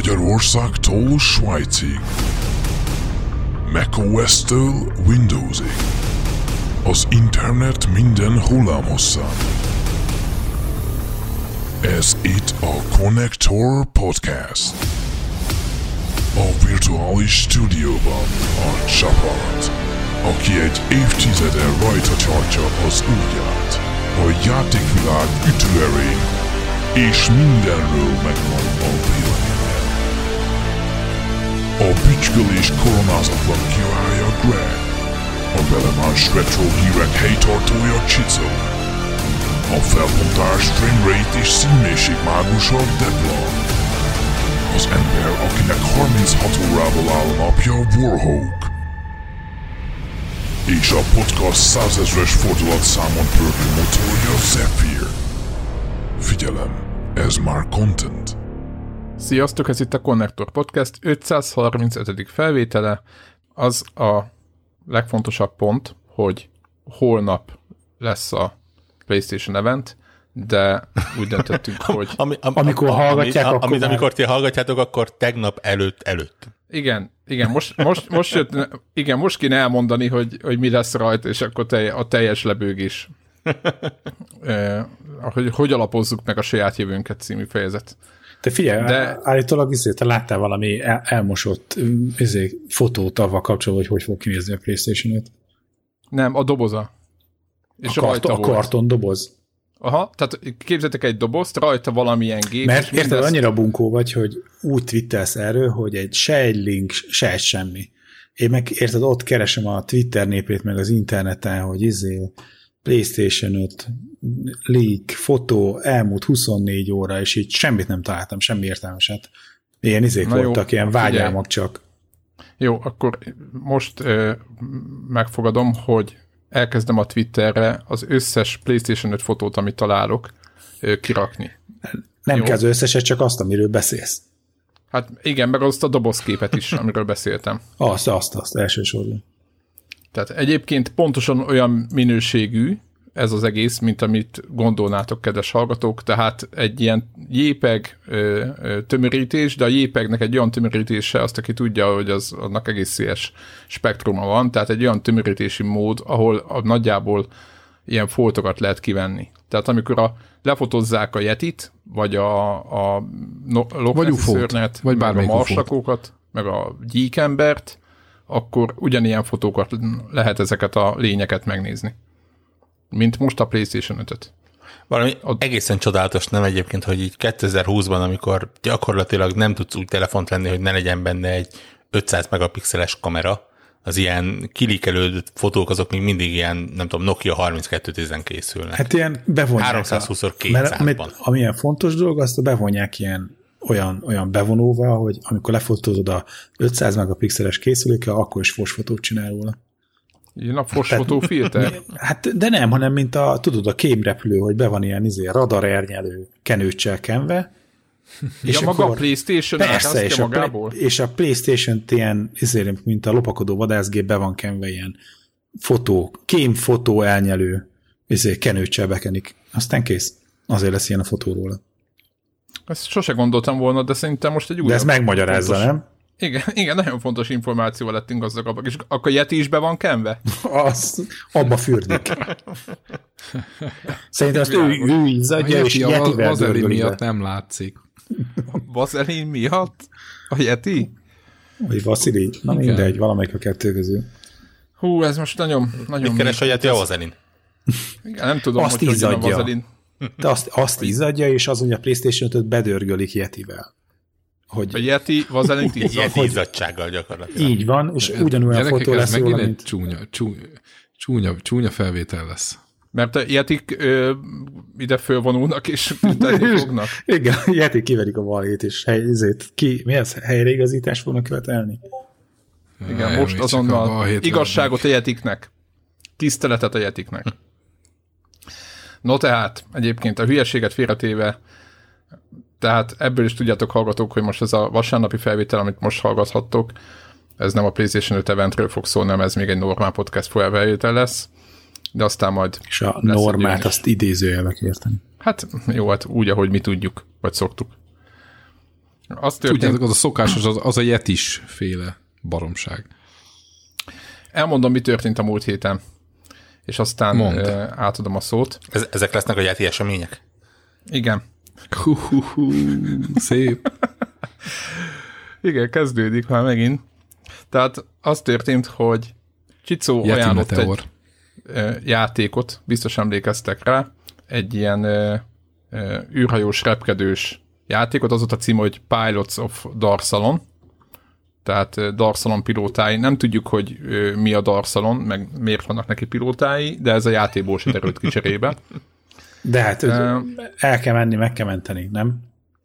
Magyarországtól Svájcig, macOS-től Windowsig, az internet minden hullámhosszán. Ez itt a Connector Podcast. A virtuális stúdióban a csapat, aki egy évtizede rajta tartja az ujját, a játékvilág ütőerén, és mindenről megvan a véleménye. A bütykölés koronázatlan királya Greg, a velemás retro hírek helytartója Csicó, a felbontás, framerate és színmélység mágusa Debla, az ember, akinek 36 órával áll a napja Warhawk, és a podcast 100 000-es fordulatszámon pörgő motorja Zephyr. Figyelem, ez már content. Sziasztok, ez itt a Connector Podcast 535. felvétele. Az a legfontosabb pont, hogy holnap lesz a PlayStation Event, de úgy döntöttünk, hogy... Amikor hallgatják, akkor... Amikor ti hallgatjátok, akkor tegnap előtt. Igen, most jött, igen, most kéne elmondani, hogy mi lesz rajta, és akkor a teljes lebőgés. Hogy alapozzuk meg a saját jövőnket című fejezet. Te figyelj, állítólag te láttál valami elmosott fotót avval kapcsolatban, hogy fog kinézni a PlayStation 5? Nem, a doboza. És a karton doboz? Aha, tehát képzeljétek egy dobozt, rajta valamilyen gép. Mert érted, annyira bunkó vagy, hogy úgy twittelsz erről, hogy se egy link, se egy semmi. Én meg érted, ott keresem a Twitter népét meg az interneten, hogy PlayStation 5 leak, fotó, elmúlt 24 óra, és így semmit nem találtam, semmi értelmeset. Ilyen voltak, ilyen vágyálmak csak. Jó, akkor most megfogadom, hogy elkezdem a Twitterre az összes PlayStation 5 fotót, amit találok, kirakni. Nem kell az összeset, csak azt, amiről beszélsz. Hát igen, meg azt a dobozképet is, amiről beszéltem. Azt elsősorban. Tehát egyébként pontosan olyan minőségű ez az egész, mint amit gondolnátok, kedves hallgatók, tehát egy ilyen JPEG tömörítés, de a JPEG-nek egy olyan tömörítése, azt aki tudja, hogy annak egész széles spektruma van, tehát egy olyan tömörítési mód, ahol nagyjából ilyen foltokat lehet kivenni. Tehát amikor lefotozzák a Yetit, vagy a Loch Nessi szörnyet, vagy meg a marslakókat, meg a gyíkembert, akkor ugyanilyen fotókat lehet ezeket a lényeket megnézni. Mint most a PlayStation 5-öt. Valami egészen csodálatos, nem egyébként, hogy így 2020-ban, amikor gyakorlatilag nem tudsz úgy telefont venni, hogy ne legyen benne egy 500 megapixeles kamera, az ilyen kilikelődött fotók, azok még mindig ilyen, nem tudom, Nokia 3210-en készülnek. Hát ilyen bevonják. 320x200-ban. Amilyen fontos dolog, azt bevonják ilyen olyan bevonóval, hogy amikor lefotózod a 500 megapixeles készülékkel, akkor is fosfotót csinál róla. Ilyen a fosfotófilter? Hát, de nem, hanem mint a kémrepülő, hogy be van ilyen radarernyelő kenőccsel kenve. És maga akkor, a PlayStation persze, és a PlayStation ilyen, mint a lopakodó vadászgép be van kenve ilyen kémfotó elnyelő kenőccsel bekenik. Aztán kész. Azért lesz ilyen a fotó róla. Ezt sose gondoltam volna, de szerintem most egy újabb... De ez megmagyarázza, nem? Igen, nagyon fontos információval lettünk gazdagabbak. És akkor Yeti is be van kenve? Abba fürdik. Szerintem azt ő izzadja, és Yetivel vazelin miatt nem látszik. Vazelin miatt? A Yeti? Vagy Vasili? Na mindegy, valamelyik a kettő közül. Hú, ez most nagyon... Mit keres a Yeti a vazelin? Igen, nem tudom, azt hogy a vazelin. De azt izzadja, és az, hogy a PlayStation 5-öt bedörgölik Yetivel. Hogy a Yeti vazelint izzad? Yeti izzadsággal gyakorlatilag. Így van, és ugyanolyan fotó lesz róla, mint... Csúnya felvétel lesz. Mert a Yetik ide fölvonulnak, és ütetni fognak. Igen, a Yetik kiverik a valét, és mi az? Helyreigazítást fognak követelni? Igen, most azonnal igazságot a Yetiknek. Tiszteletet a Yetiknek. No tehát, egyébként a hülyeséget félretéve, tehát ebből is tudjátok, hallgatók, hogy most ez a vasárnapi felvétel, amit most hallgathattok, ez nem a PlayStation 5 eventről fog szólni, hanem ez még egy normál podcast felvétel lesz, de aztán majd... És a normát azt idézőjelnek érteni. Hát jó, hát úgy, ahogy mi tudjuk, vagy szoktuk. Az történt... Tudjátok, az a szokásos, az a Yetis féle baromság. Elmondom, mi történt a múlt héten, és aztán átadom a szót. Ezek lesznek a Yeti események? Igen. Szép. Igen, kezdődik már megint. Tehát az történt, hogy Csicó ajánlott egy játékot, biztos emlékeztek rá, egy ilyen űrhajós, repkedős játékot, az ott a cím, hogy Pilots of Darsalon, tehát Darsalon pilótái. Nem tudjuk, hogy mi a Darsalon, meg miért vannak neki pilótái, de ez a játékból se derült ki cserébe. De hát el kell menni, meg kell menteni, nem?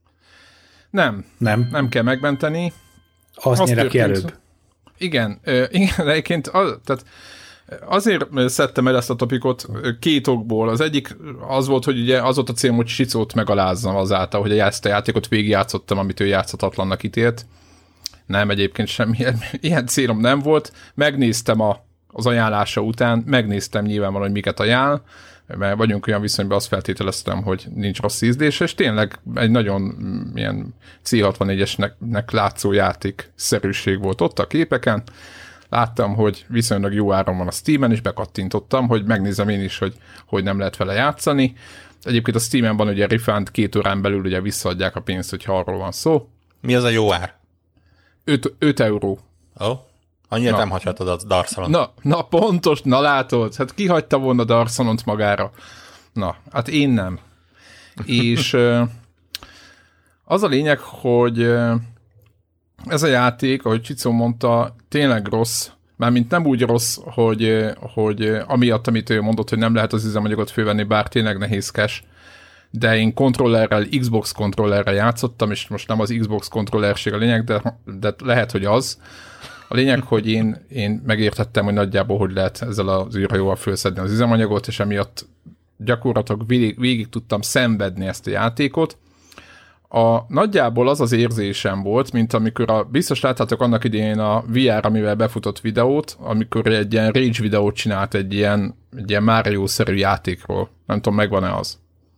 Nem kell megmenteni. Azt nyerek ki előbb. Igen, egyébként tehát azért szedtem el ezt a topikot két okból. Az egyik az volt, hogy ugye az volt a célom, hogy Csicót megalázzam azáltal, hogy ezt a játékot végigjátszottam, amit ő játszhatatlannak ítélt. Nem, egyébként semmi ilyen célom nem volt. Megnéztem az ajánlása után, megnéztem nyilvánvalóan, hogy miket ajánl, mert vagyunk olyan viszonyban, azt feltételeztem, hogy nincs rossz ízlés, és tényleg egy nagyon ilyen C64-esnek látszó játékszerűség volt ott a képeken. Láttam, hogy viszonylag jó áron van a Steamen, és bekattintottam, hogy megnézem én is, hogy nem lehet vele játszani. Egyébként a Steamen van ugye refund, 2 órán belül ugye visszaadják a pénzt, hogyha arról van szó. Mi az a jó ár? 5 euró. Annyira nem hagyhatod a Darsalon. Na pontos, látod, hát ki hagyta volna Darsalont magára? Na, hát én nem. És az a lényeg, hogy ez a játék, ahogy Csicó mondta, tényleg rossz, mármint nem úgy rossz, hogy amiatt, amit ő mondott, hogy nem lehet az üzemanyagot fölvenni, bár tényleg nehézkes, de én kontrollerrel, Xbox kontrollerrel játszottam, és most nem az Xbox kontrollerség a lényeg, de lehet, hogy az. A lényeg, hogy én megértettem, hogy nagyjából hogy lehet ezzel az űrhajóval fölszedni az üzemanyagot, és emiatt gyakorlatilag végig tudtam szenvedni ezt a játékot. Nagyjából az érzésem volt, mint amikor biztos láttátok annak idején a VR, amivel befutott videót, amikor egy ilyen Rage videót csinált egy ilyen Mario-szerű játékról. Nem tudom, megvan-e az.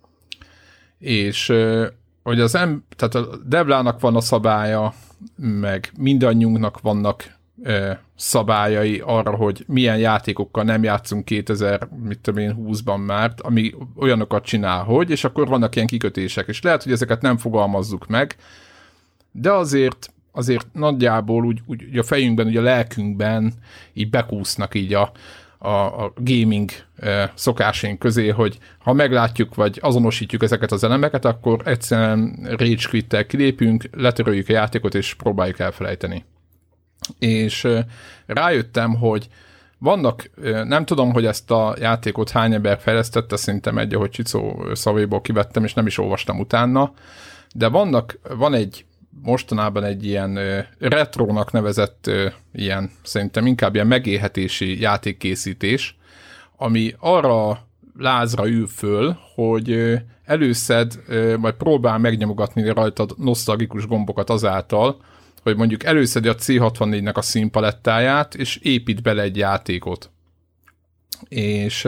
És hogy tehát a Devlának van a szabálya, meg mindannyiunknak vannak szabályai arra, hogy milyen játékokkal nem játszunk 2020-ban már, ami olyanokat csinál, és akkor vannak ilyen kikötések, és lehet, hogy ezeket nem fogalmazzuk meg, de azért nagyjából úgy a fejünkben, úgy a lelkünkben így bekúsznak így a gaming szokásaink közé, hogy ha meglátjuk, vagy azonosítjuk ezeket az elemeket, akkor egyszerűen rage quittel kilépünk, letöröljük a játékot, és próbáljuk elfelejteni. És rájöttem, hogy vannak, nem tudom, hogy ezt a játékot hány ember fejlesztette, szerintem ahogy Csicó szavéból kivettem, és nem is olvastam utána, de van mostanában egy ilyen retrónak nevezett ilyen, szerintem inkább ilyen megélhetési játékkészítés, ami arra lázra ül föl, hogy előszed, majd próbál megnyomogatni rajtad nosztalgikus gombokat azáltal, hogy mondjuk előszedi a C64-nek a színpalettáját, és épít bele egy játékot. És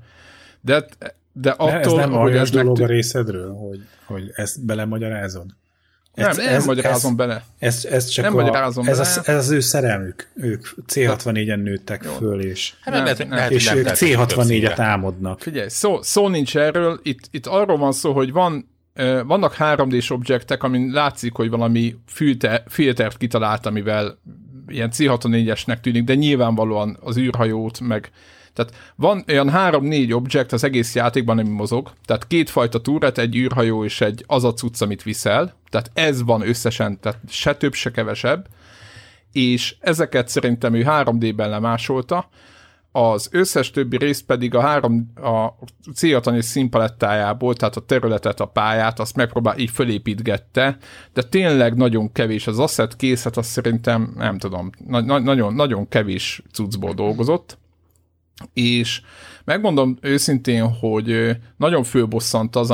de attól, ez nem aljas dolog a részedről, hogy ezt belemagyarázod? Nem magyarázom bele. Ez csak nem magyarázom ez bele. az ő szerelmük. Ők C64-en nőttek föl, és ők C64-et álmodnak. Figyelj, szó nincs erről. Itt arról van szó, hogy vannak 3D-s objektek, amin látszik, hogy valami filtert kitalált, amivel ilyen C64-esnek tűnik, de nyilvánvalóan az űrhajót meg... Tehát van olyan 3-4 objekt az egész játékban, ami mozog, tehát 2 fajta túrát, egy űrhajó és egy az a cucc, amit viszel, tehát ez van összesen, tehát se több, se kevesebb, és ezeket szerintem ő 3D-ben lemásolta, az összes többi részt pedig a C64 színpalettájából, tehát a területet, a pályát, azt megpróbál így fölépítgette, de tényleg nagyon kevés az asset készlet, azt szerintem, nem tudom, nagyon, nagyon kevés cuccból dolgozott, és megmondom őszintén, hogy nagyon fölbosszant az,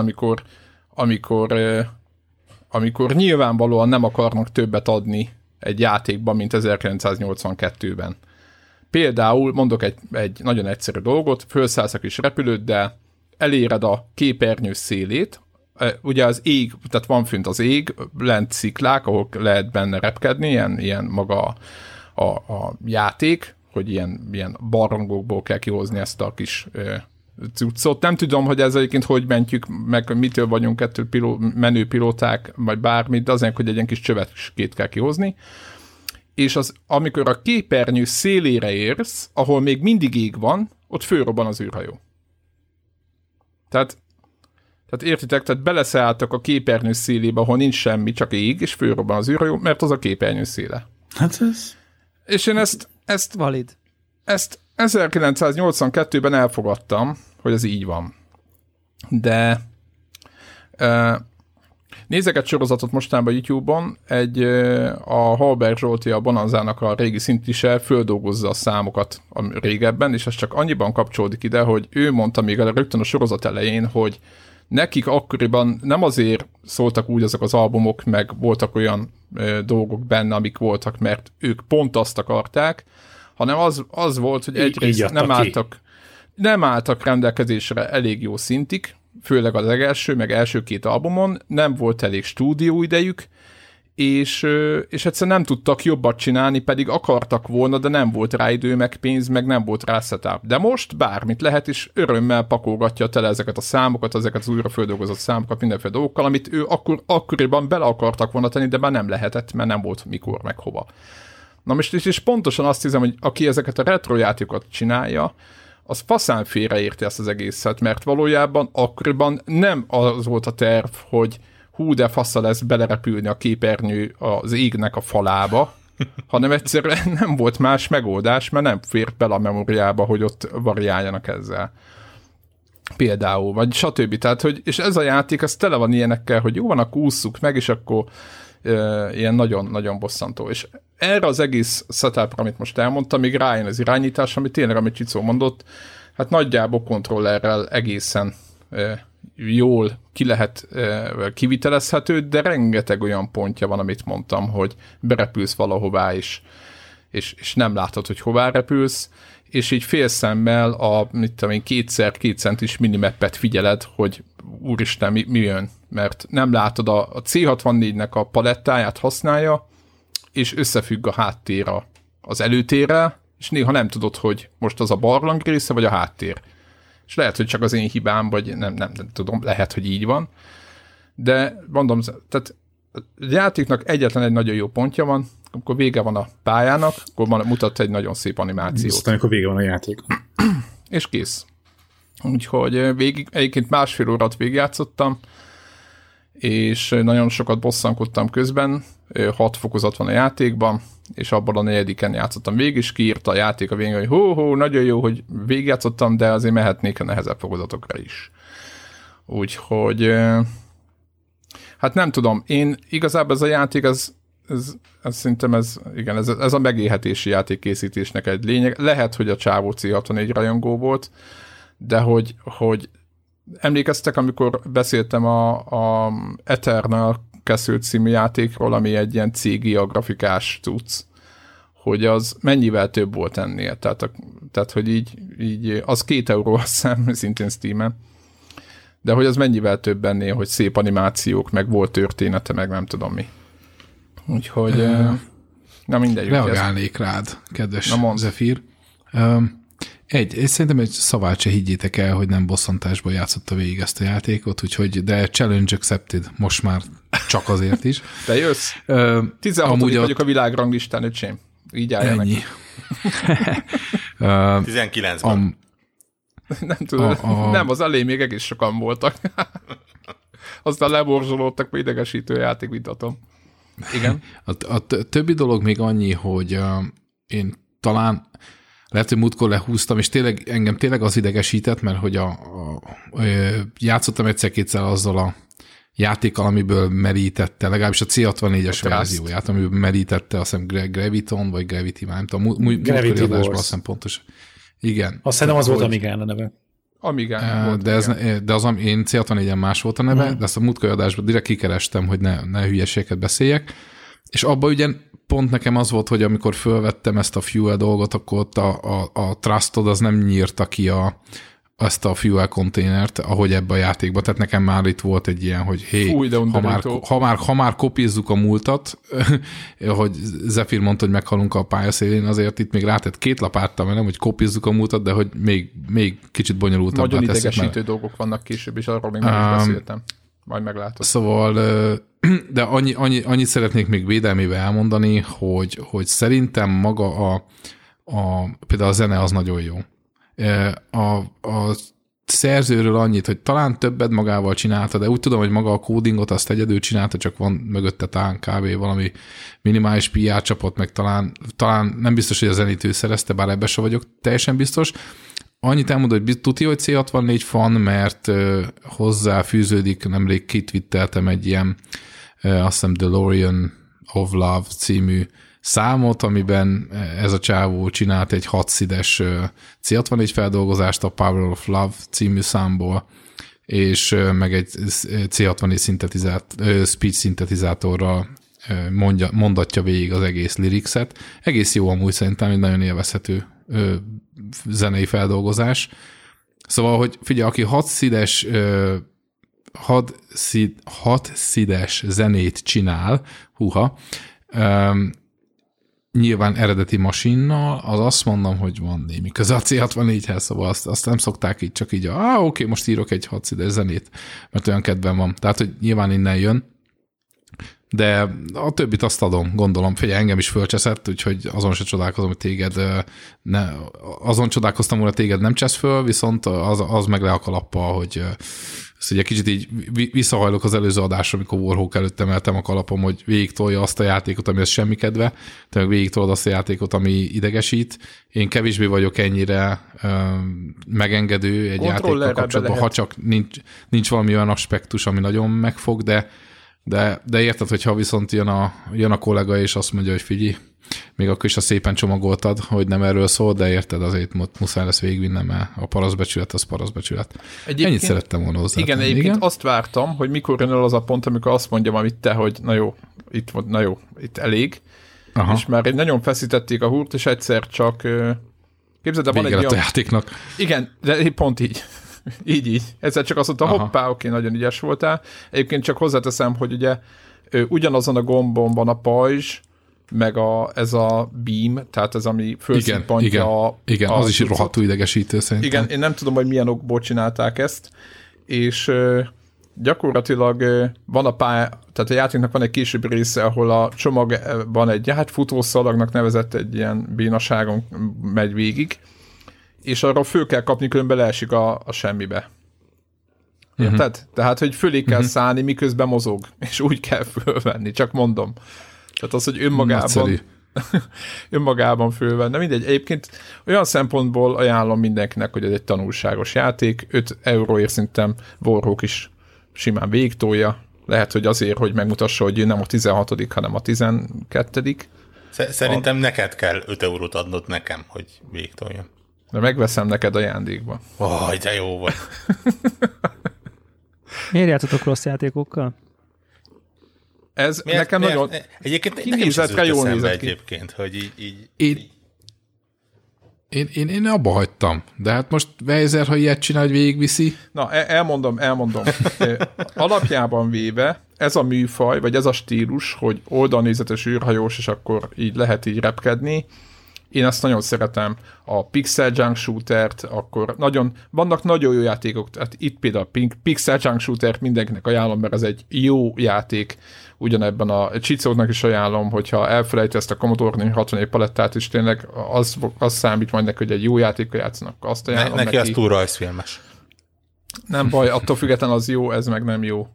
amikor nyilvánvalóan nem akarnak többet adni egy játékban, mint 1982-ben. Például mondok egy nagyon egyszerű dolgot, felszállsz a kis repülőddel, eléred a képernyő szélét, ugye az ég, tehát van fönt az ég, lent sziklák, ahol lehet benne repkedni, ilyen maga a játék, hogy ilyen barlangokból kell kihozni ezt a kis cuccot. Nem tudom, hogy ez egyébként hogy mentjük, meg mitől vagyunk ettől menő pilóták, vagy bármit, de azért, hogy egy ilyen kis csövecskét kell kihozni. És amikor a képernyő szélére érsz, ahol még mindig ég van, ott fölrobban az űrhajó. Tehát értitek, tehát beleszálltak a képernyő szélébe, ahol nincs semmi, csak ég, és fölrobban az űrhajó, mert az a képernyő széle. Hát ez... És én ezt valid. Ezt 1982-ben elfogadtam, hogy ez így van. De nézek egy sorozatot mostanában YouTube-on, a Halberg Zsolti, a Bonanzának a régi szintise földolgozza a számokat régebben, és ez csak annyiban kapcsolódik ide, hogy ő mondta még rögtön a sorozat elején, hogy nekik akkoriban nem azért szóltak úgy azok az albumok, meg voltak olyan dolgok benne, amik voltak, mert ők pont azt akarták, hanem az volt, hogy egyrészt nem álltak rendelkezésre elég jó szintig, főleg az legelső, meg első 2 albumon, nem volt elég stúdióidejük, és egyszerűen nem tudtak jobbat csinálni, pedig akartak volna, de nem volt rá idő, meg pénz, meg nem volt rá setup. De most bármit lehet, és örömmel pakolgatja tele ezeket a számokat, ezeket az újraföldolgozott számokat, mindenféle dolgokkal, amit ő akkoriban bele akartak volna tenni, de már nem lehetett, mert nem volt mikor, meg hova. Na most és pontosan azt hiszem, hogy aki ezeket a retro játékokat csinálja, az faszán félreérti ezt az egészet, mert valójában akkoriban nem az volt a terv, hogy hú, de fassa lesz belerepülni a képernyő az égnek a falába, hanem egyszerűen nem volt más megoldás, mert nem fért bele a memóriába, hogy ott variáljanak ezzel. Például, vagy stb. Tehát, hogy, és ez a játék, ez tele van ilyenekkel, hogy jó van, akkor ússzuk meg, és akkor ilyen nagyon-nagyon bosszantó. És erre az egész setupra, amit most elmondtam, még rájön az irányítás, ami tényleg, amit Csicó mondott, hát nagyjából kontrollerrel egészen jól kivitelezhető, de rengeteg olyan pontja van, amit mondtam, hogy berepülsz valahová is, és nem látod, hogy hová repülsz, és így félszemmel a 2x2 centis minimappet figyeled, hogy úristen, mi jön, mert nem látod a C64-nek a palettáját használja, és összefügg a háttér az előtérrel, és néha nem tudod, hogy most az a barlang része, vagy a háttér. És lehet, hogy csak az én hibám, vagy nem tudom, lehet, hogy így van. De mondom, tehát a játéknak egyetlen egy nagyon jó pontja van, amikor vége van a pályának, akkor mutat egy nagyon szép animációt. Aztán, amikor vége van a játék. És kész. Úgyhogy egyébként 1,5 órát végigjátszottam, és nagyon sokat bosszankodtam közben, 6 fokozat van a játékban, és abban a 4. játszottam végig, és kiírta a játék a végén, hogy nagyon jó, hogy végigjátszottam, de azért mehetnék a nehezebb fokozatokra is. Úgyhogy hát nem tudom, én igazából ez a játék, ez szerintem ez a megélhetési játékkészítésnek egy lényeg. Lehet, hogy a csávó C64 rajongó volt, de hogy emlékeztek, amikor beszéltem a Eternal Castle című játékról, ami egy ilyen CGI grafikás cucc, hogy az mennyivel több volt ennél. Tehát hogy így az 2 euró, azt hiszem, szintén Steamen. De hogy az mennyivel több ennél, hogy szép animációk, meg volt története, meg nem tudom mi. Úgyhogy na mindegy. Reagálnék rád, kedves Zephyr. És szerintem egy szavát se higgyétek el, hogy nem bosszantásból játszotta végig ezt a játékot, úgyhogy, de challenge accepted, most már csak azért is. Te jössz? 16. vagyok a világranglistán, öcsém. Így állja neki. 19-ben. Nem tudom, nem, az elé még egész sokan voltak. Aztán leborzsolódtak, mert idegesítő játék, vitatom. Igen. A többi dolog még annyi, hogy én talán lehet, hogy múltkor lehúztam, és engem tényleg az idegesített, mert hogy játszottam egyszer-kétszer azzal a játékkal, amiből merítette, legalábbis a C64-es verzióját, amiből merítette, azt hiszem Graviton, vagy Gravity, már nem tudom, múltkori adásban azt hiszem pontos. Igen. Azt hiszem az volt Amigán a neve. Amigán volt. De az én C64-en más volt a neve, de ezt a múltkori adásban direkt kikerestem, hogy ne hülyeségeket beszéljek, és abban ugye pont nekem az volt, hogy amikor fölvettem ezt a Fuel dolgot, akkor ott a Trustod az nem nyírta ki azt a fuel konténert, ahogy ebbe a játékban. Tehát nekem már itt volt egy ilyen, hogy hé, ha már kopízzuk a múltat, hogy Zephyr mondta, hogy meghalunk a pályaszélén, azért itt még rátett 2 lapáttal, mert nem, hogy kopízzuk a múltat, de hogy még kicsit bonyolultabbá teszik. Nagyon idegesítő dolgok vannak később, és arról még nem is beszéltem. Majd meglátod. Szóval, de annyit szeretnék még védelmével elmondani, hogy szerintem maga például a zene az nagyon jó. A szerzőről annyit, hogy talán többet magával csinálta, de úgy tudom, hogy maga a kódingot azt egyedül csinálta, csak van mögötte talán kb. Valami minimális PR csapat, meg talán nem biztos, hogy a zenét ő szerezte, bár ebben sem vagyok teljesen biztos. Annyit elmondom, hogy tuti, hogy C64 fan, mert hozzá fűződik, nemrég kitwitteltem egy ilyen, azt hiszem DeLorean of Love című számot, amiben ez a csávó csinált egy 6 SID-es C64 feldolgozást a Power of Love című számból, és meg egy C64 speech szintetizátorral mondatja végig az egész lyricset. Egész jó amúgy szerintem, egy nagyon élvezhető zenei feldolgozás. Szóval, hogy figyelj, aki 6 SID-es zenét csinál, nyilván eredeti masinnal, az azt mondom, hogy van némi köze a C64-hez, szóval azt nem szokták így csak így, oké, most írok egy 6 SID-es zenét, mert olyan kedvem van. Tehát, hogy nyilván innen jön, de a többit azt adom, gondolom. Figyelj, engem is fölcseszett, úgyhogy azon se csodálkozom, hogy téged azon csodálkoztam, hogy téged nem csesz föl, viszont az meg le a kalappal, hogy ezt ugye kicsit így visszahajlok az előző adásra, amikor Warhawk előtt emeltem a kalapom, hogy végig tolja azt a játékot, ami ez semmi kedve, te meg végig tolod azt a játékot, ami idegesít. Én kevésbé vagyok ennyire megengedő egy játékkal kapcsolatban, ha csak nincs valami olyan aspektus, ami nagyon megfog, de érted, hogyha viszont jön a kollega, és azt mondja, hogy figyelj, még akkor is a szépen csomagoltad, hogy nem erről szól, de érted, azért muszáj lesz végigvinnem, mert a parasztbecsület az parasztbecsület. Ennyit szerettem volna hozzá. Igen, egyébként azt vártam, hogy mikor jön el az a pont, amikor azt mondjam, amit te, hogy na jó, itt elég. Aha. És már nagyon feszítették a húrt, és egyszer csak képzeld, van egy olyan... a játéknak. Igen, de pont így. Így. Ezzel csak azt mondta, hoppá, oké, nagyon ügyes voltál. Egyébként csak hozzáteszem, hogy ugye ugyanazon a gombon van a pajzs, meg ez a beam, tehát ez, ami fölszippantja. Igen, az is rohadtul idegesítő szerintem. Igen, én nem tudom, hogy milyen okból csinálták ezt, és gyakorlatilag van tehát a játéknak van egy későbbi része, ahol a csomagban egy futószalagnak nevezett egy ilyen bénaságon megy végig, és arra föl kell kapni, különben leesik a semmibe. Érted? Tehát, hogy fölé kell szállni, miközben mozog, és úgy kell fölvenni, csak mondom. Tehát az, hogy önmagában fölvenne. Mindegy, egyébként olyan szempontból ajánlom mindenkinek, hogy ez egy tanulságos játék, 5 euróért szerintem Warhawk is simán végigtolja. Lehet, hogy azért, hogy megmutassa, hogy nem a 16., hanem a 12. Szerintem neked kell 5 eurót adnod nekem, hogy végigtoljam. De megveszem neked ajándékba. De jó vagy. Miért játszotok rossz játékokkal? Ez nekem nagyon... Egyébként nekem is az jól nézett ki. Egyébként, hogy így... Én abba hagytam, de hát most Weiser, ha ilyet csinál, hogy végigviszi... Na, elmondom. Alapjában véve ez a műfaj, vagy ez a stílus, hogy oldalnézetes űrhajós, és akkor így lehet így repkedni. Én ezt nagyon szeretem. A Pixel Junk Shootert, akkor vannak nagyon jó játékok, tehát itt például a Pixel Junk Shootert mindenkinek ajánlom, mert ez egy jó játék. Ugyanebben a Csicóknak is ajánlom, hogyha elfelejti ezt a Commodore 64 palettát, és tényleg az számít majd neki, hogy egy jó játékkal játszanak, azt ajánlom neki. Az túl rajzfilmes. Nem baj, attól függetlenül az jó, ez meg nem jó.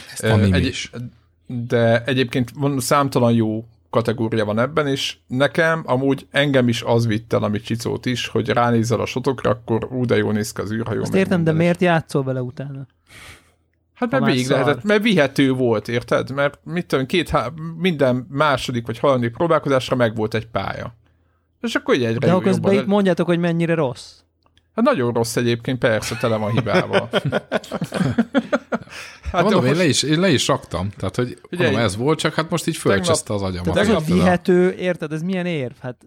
De egyébként számtalan jó kategória van ebben, és nekem amúgy engem is az vitt el, amit Csicót is, hogy ránézel a sotokra, akkor de jól néz ki az űrhajó. Azt értem, de miért játszol vele utána? Hát mert végig lehetett, mert vihető volt, érted? Mert mit tudom, minden második vagy harmadik próbálkozásra meg volt egy pálya. És akkor egyre de közben itt mondjátok, hogy mennyire rossz. Hát nagyon rossz egyébként, persze, tele van hibával. Hát mondom, én le is raktam. Tehát, hogy ugye, mondom, ez volt, csak hát most így fölcseszte az agyamat. Ez a vihető, érted, ez milyen érv? Hát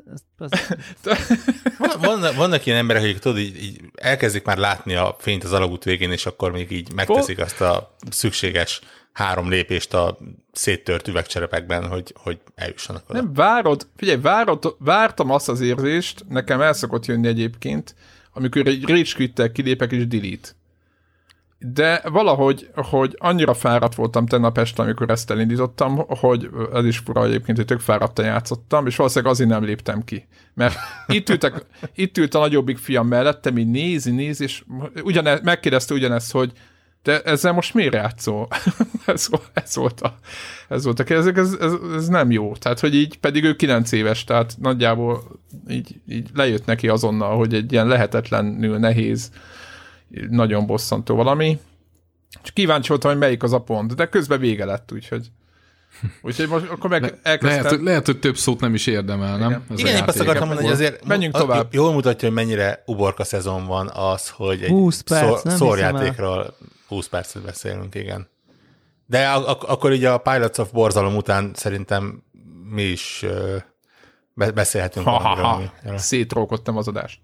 Vannak ilyen emberek, akik tudod, így elkezdik már látni a fényt az alagút végén, és akkor még így megteszik azt a szükséges 3 lépést a széttört üvegcserepekben, hogy eljussanak oda. Nem, vártam azt az érzést, nekem el szokott jönni egyébként, amikor egy rage quittel kilépek és delete. De valahogy, hogy annyira fáradt voltam tegnap este, amikor ezt elindítottam, hogy ez is fura egyébként, hogy tök fáradtan játszottam, és valószínűleg azért nem léptem ki. Mert itt ült a nagyobbik fiam mellettem, így nézi, és megkérdezte ugyanezt, hogy de ezzel most miért játszol? ez volt a kérdés, ez nem jó. Tehát, hogy így, pedig ő 9 éves, tehát nagyjából így lejött neki azonnal, hogy egy ilyen lehetetlenül nehéz, nagyon bosszantó valami. Csak kíváncsi voltam, hogy melyik az a pont, de közben vége lett, úgyhogy most akkor meg elkezdtem. Lehet, hogy több szót nem is érdemel, nem? Igen, én azt akartam mondani, hogy azért menjünk tovább. Jól mutatja, hogy mennyire uborka szezon van az, hogy egy 20 perc, szórjátékról 20 percet beszélünk, igen. De akkor így a Pilots of Borzalom után szerintem mi is beszélhetünk valamiről. Szétrókodtam az adást.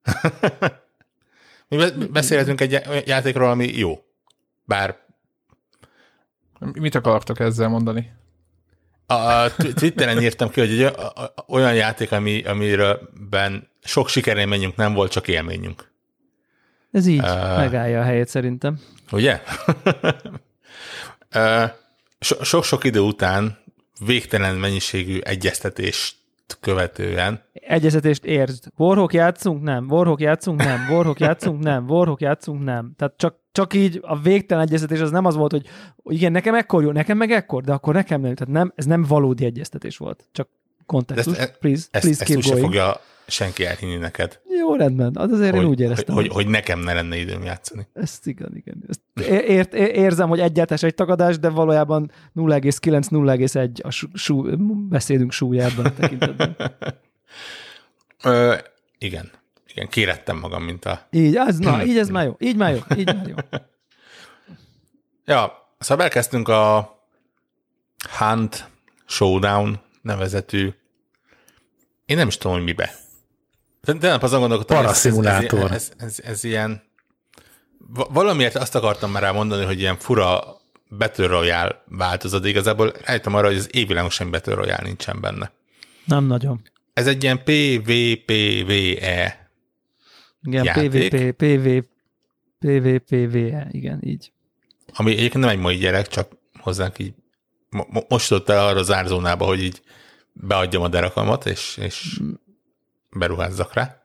Mi beszélhetünk egy játékról, ami jó. Bár... Mit akartok ezzel mondani? A Twitteren írtam ki, hogy egy olyan játék, amiről sok sikerélményünk nem volt, csak élményünk. Ez így megállja a helyét szerintem. Ugye? Sok-sok idő után végtelen mennyiségű egyeztetést követően. Egyeztetést érzd. Warhawk játszunk? Nem. Warhawk játszunk? Nem. Warhawk játszunk? Nem. Warhawk játszunk? Nem. Tehát csak így a végtelen egyeztetés az nem az volt, hogy igen, nekem ekkor jó, nekem meg ekkor, de akkor nekem nem. Tehát nem, ez nem valódi egyeztetés volt. Csak kontextus. Please ezt úgy se fogja senki elhinni neked. Jó, rendben. Az azért én úgy éreztem. Hogy nekem ne lenne időm játszani. Ezt igen. Ezt érzem, hogy egyáltalán egy tagadás, de valójában 0,9-0,1 a beszédünk súlya ebben a tekintetben. Igen, kérettem magam, mint a... Így ez már jó. Így már jó. Ja, szóval elkezdtünk a Hunt Showdown nevezetű, én nem is tudom, hogy mibe. De azon gondolkodtam, paraszimulátor. Ez ilyen... Valamiért azt akartam már elmondani, hogy ilyen fura Battle Royale változat, de igazából rájöttem arra, hogy az évvilágos semmi Battle Royale nincsen benne. Nem nagyon. Ez egy ilyen PvPvE igen, játék. PvPvE, igen, így. Ami egyébként nem egy mai gyerek, csak hozzánk így most jutott el arra az árzónába, hogy így beadjam a derakamat, és beruházzak rá.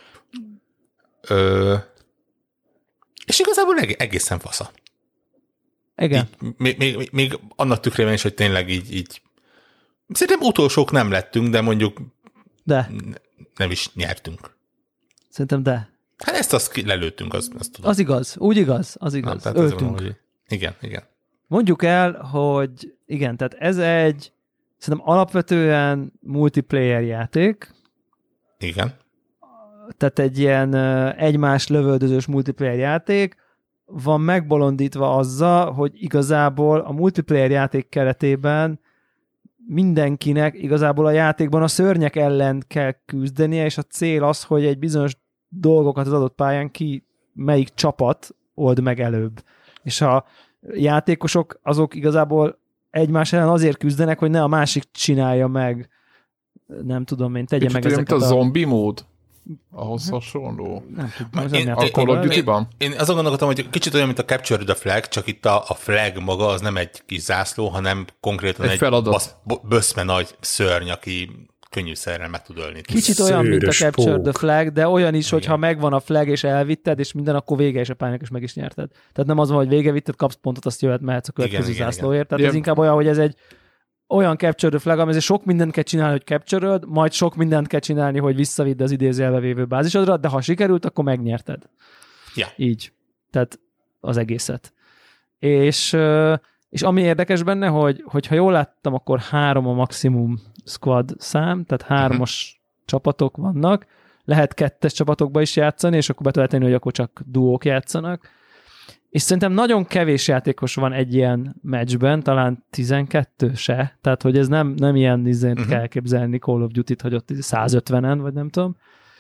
És igazából egészen fasza. Igen. Így, még annak tükrében is, hogy tényleg így szerintem utolsók nem lettünk, de mondjuk nem is nyertünk. Szerintem de. Hát ezt azt lelőttünk, azt tudom. Az igaz, úgy igaz, az igaz. Na, öltünk. Mondom, hogy igen. Mondjuk el, hogy igen, tehát ez egy szerintem alapvetően multiplayer játék. Igen. Tehát egy ilyen egymás lövöldözős multiplayer játék, van megbolondítva azzal, hogy igazából a multiplayer játék keretében mindenkinek igazából a játékban a szörnyek ellen kell küzdenie, és a cél az, hogy egy bizonyos dolgokat az adott pályán melyik csapat old meg előbb. És a játékosok azok igazából egymás ellen azért küzdenek, hogy ne a másik csinálja meg, nem tudom én, tegye meg ezeket a zombi mód? Ahhoz hasonló. Nem tudom. A Call of Duty-ban? Én azon gondolkodtam, hogy kicsit olyan, mint a Capture the Flag, csak itt a flag maga az nem egy kis zászló, hanem konkrétan egy böszme nagy szörny, aki könnyűszerrel meg tud ölni. Kicsit olyan, mint a Capture the Flag, de olyan is, hogyha megvan a flag, és elvitted, és minden, akkor vége, és a pályának is meg is nyerted. Tehát nem az van, hogy vége vitted, kapsz pontot, azt mehetsz a következő zászlóért. Tehát ez inkább olyan, hogy ez egy olyan Capture the Flag, ami sok mindent kell csinálni, hogy capture-öd, majd sok mindent kell csinálni, hogy visszavidd az idézőjelbe vévő bázisodra, de ha sikerült, akkor megnyerted. Ja. Így. Tehát az egészet. És ami érdekes benne, hogy ha jól láttam, akkor 3 a maximum squad szám, tehát 3-as csapatok vannak, lehet kettes csapatokba is játszani, és akkor be tudod tenni, hogy akkor csak duók játszanak. És szerintem nagyon kevés játékos van egy ilyen meccsben, talán 12 se, tehát hogy ez nem ilyen izént kell képzelni Call of Duty-t, hogy ott 150-en, vagy nem tudom.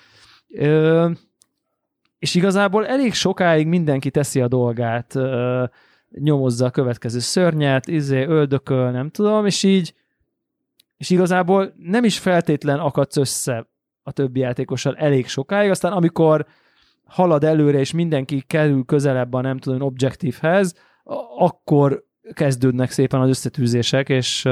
És igazából elég sokáig mindenki teszi a dolgát, nyomozza a következő szörnyet, öldököl, nem tudom, és igazából nem is feltétlen akadsz össze a többi játékossal elég sokáig, aztán amikor halad előre, és mindenki kerül közelebb a nem tudom, objektív-hez, akkor kezdődnek szépen az összetűzések, és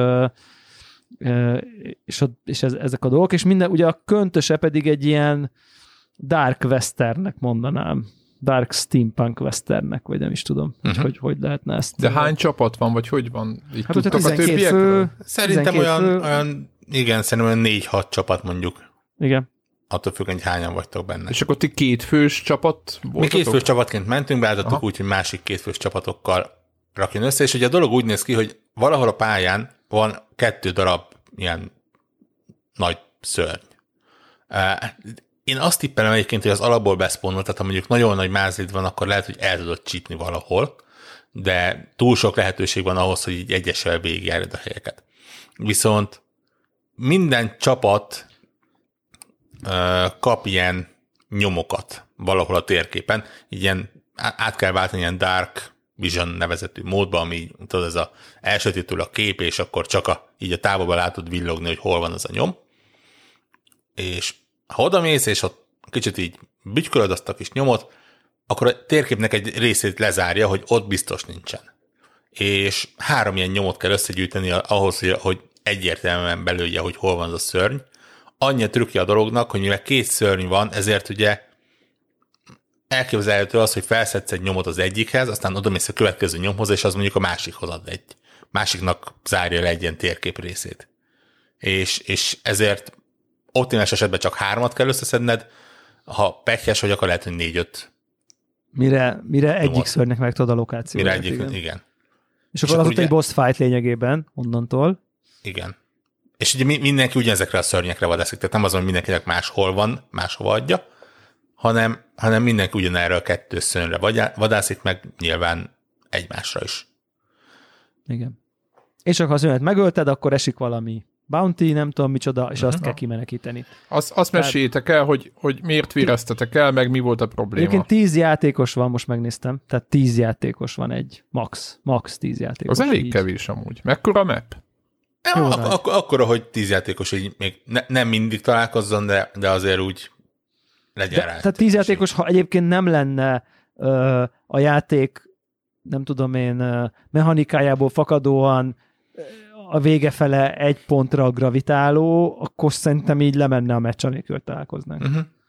ezek a dolgok, és minden, ugye a köntöse pedig egy ilyen dark westernnek mondanám. Dark steampunk westernnek, vagy nem is tudom, hogy lehetne ezt. De hány csapat van, vagy hogy van? Így hát, tudtak a többiekről? Szerintem olyan, igen, szerintem olyan 4-6 csapat mondjuk. Igen. Attól függ, hogy hányan vagytok benne. És akkor ti kétfős csapat voltatok? Mi kétfős csapatként mentünk, beállítottuk úgy, hogy másik kétfős csapatokkal rakjon össze, és ugye a dolog úgy néz ki, hogy valahol a pályán van 2 darab ilyen nagy szörny. Én azt tippelem egyébként, hogy az alapból beszponnol, tehát ha mondjuk nagyon nagy mázlid van, akkor lehet, hogy el tudod csípni valahol, de túl sok lehetőség van ahhoz, hogy így egyesével végigjárd a helyeket. Viszont minden csapat kap ilyen nyomokat valahol a térképen, így ilyen át kell váltani ilyen Dark Vision nevezetű módba, ami tudod, ez a elsötétül a kép, és akkor csak így a távolban látod villogni, hogy hol van az a nyom. És ha odamész, és ott kicsit így bütykölöd azt a kis nyomot, akkor a térképnek egy részét lezárja, hogy ott biztos nincsen. És 3 ilyen nyomot kell összegyűjteni ahhoz, hogy egyértelműen belője, hogy hol van az a szörny. Annyi a trükkje a dolognak, hogy mivel 2 szörny van, ezért ugye elképzelhető az, hogy felszedsz egy nyomot az egyikhez, aztán odamész a következő nyomhoz, és az mondjuk a másikhoz ad egy. Másiknak zárja le egy ilyen térkép részét. És ezért optimális esetben csak 3 kell összeszedned, ha pekhes vagy, akkor lehet, hogy 4-5. Mire egyik szörnynek meg tudod a lokációt. Mire egyik, igen. És akkor az ott egy boss fight lényegében, onnantól. Igen. És ugye mindenki ugyanezekre a szörnyekre vadászik, tehát nem az, hogy mindenkinek máshol van, máshova adja, hanem mindenki ugyanerre a 2 szörnyre vadászik, meg nyilván egymásra is. Igen. És akkor ha a szörnyet megölted, akkor esik valami bounty, nem tudom micsoda, és azt kell kimenekíteni. Azt meséljétek el, hogy miért véreztetek el, meg mi volt a probléma. Egyébként 10 játékos van, most megnéztem, tehát 10 játékos van egy, max 10 játékos. Az elég kevés amúgy. Mekkora a map? Akkor, hogy 10 játékos, hogy még nem mindig találkozzon, de azért úgy legyen rá. Tehát 10 játékos, ha egyébként nem lenne a játék, nem tudom én, mechanikájából fakadóan a vége fele egy pontra gravitáló, akkor szerintem így lemenne a meccs, anélkül találkoznánk.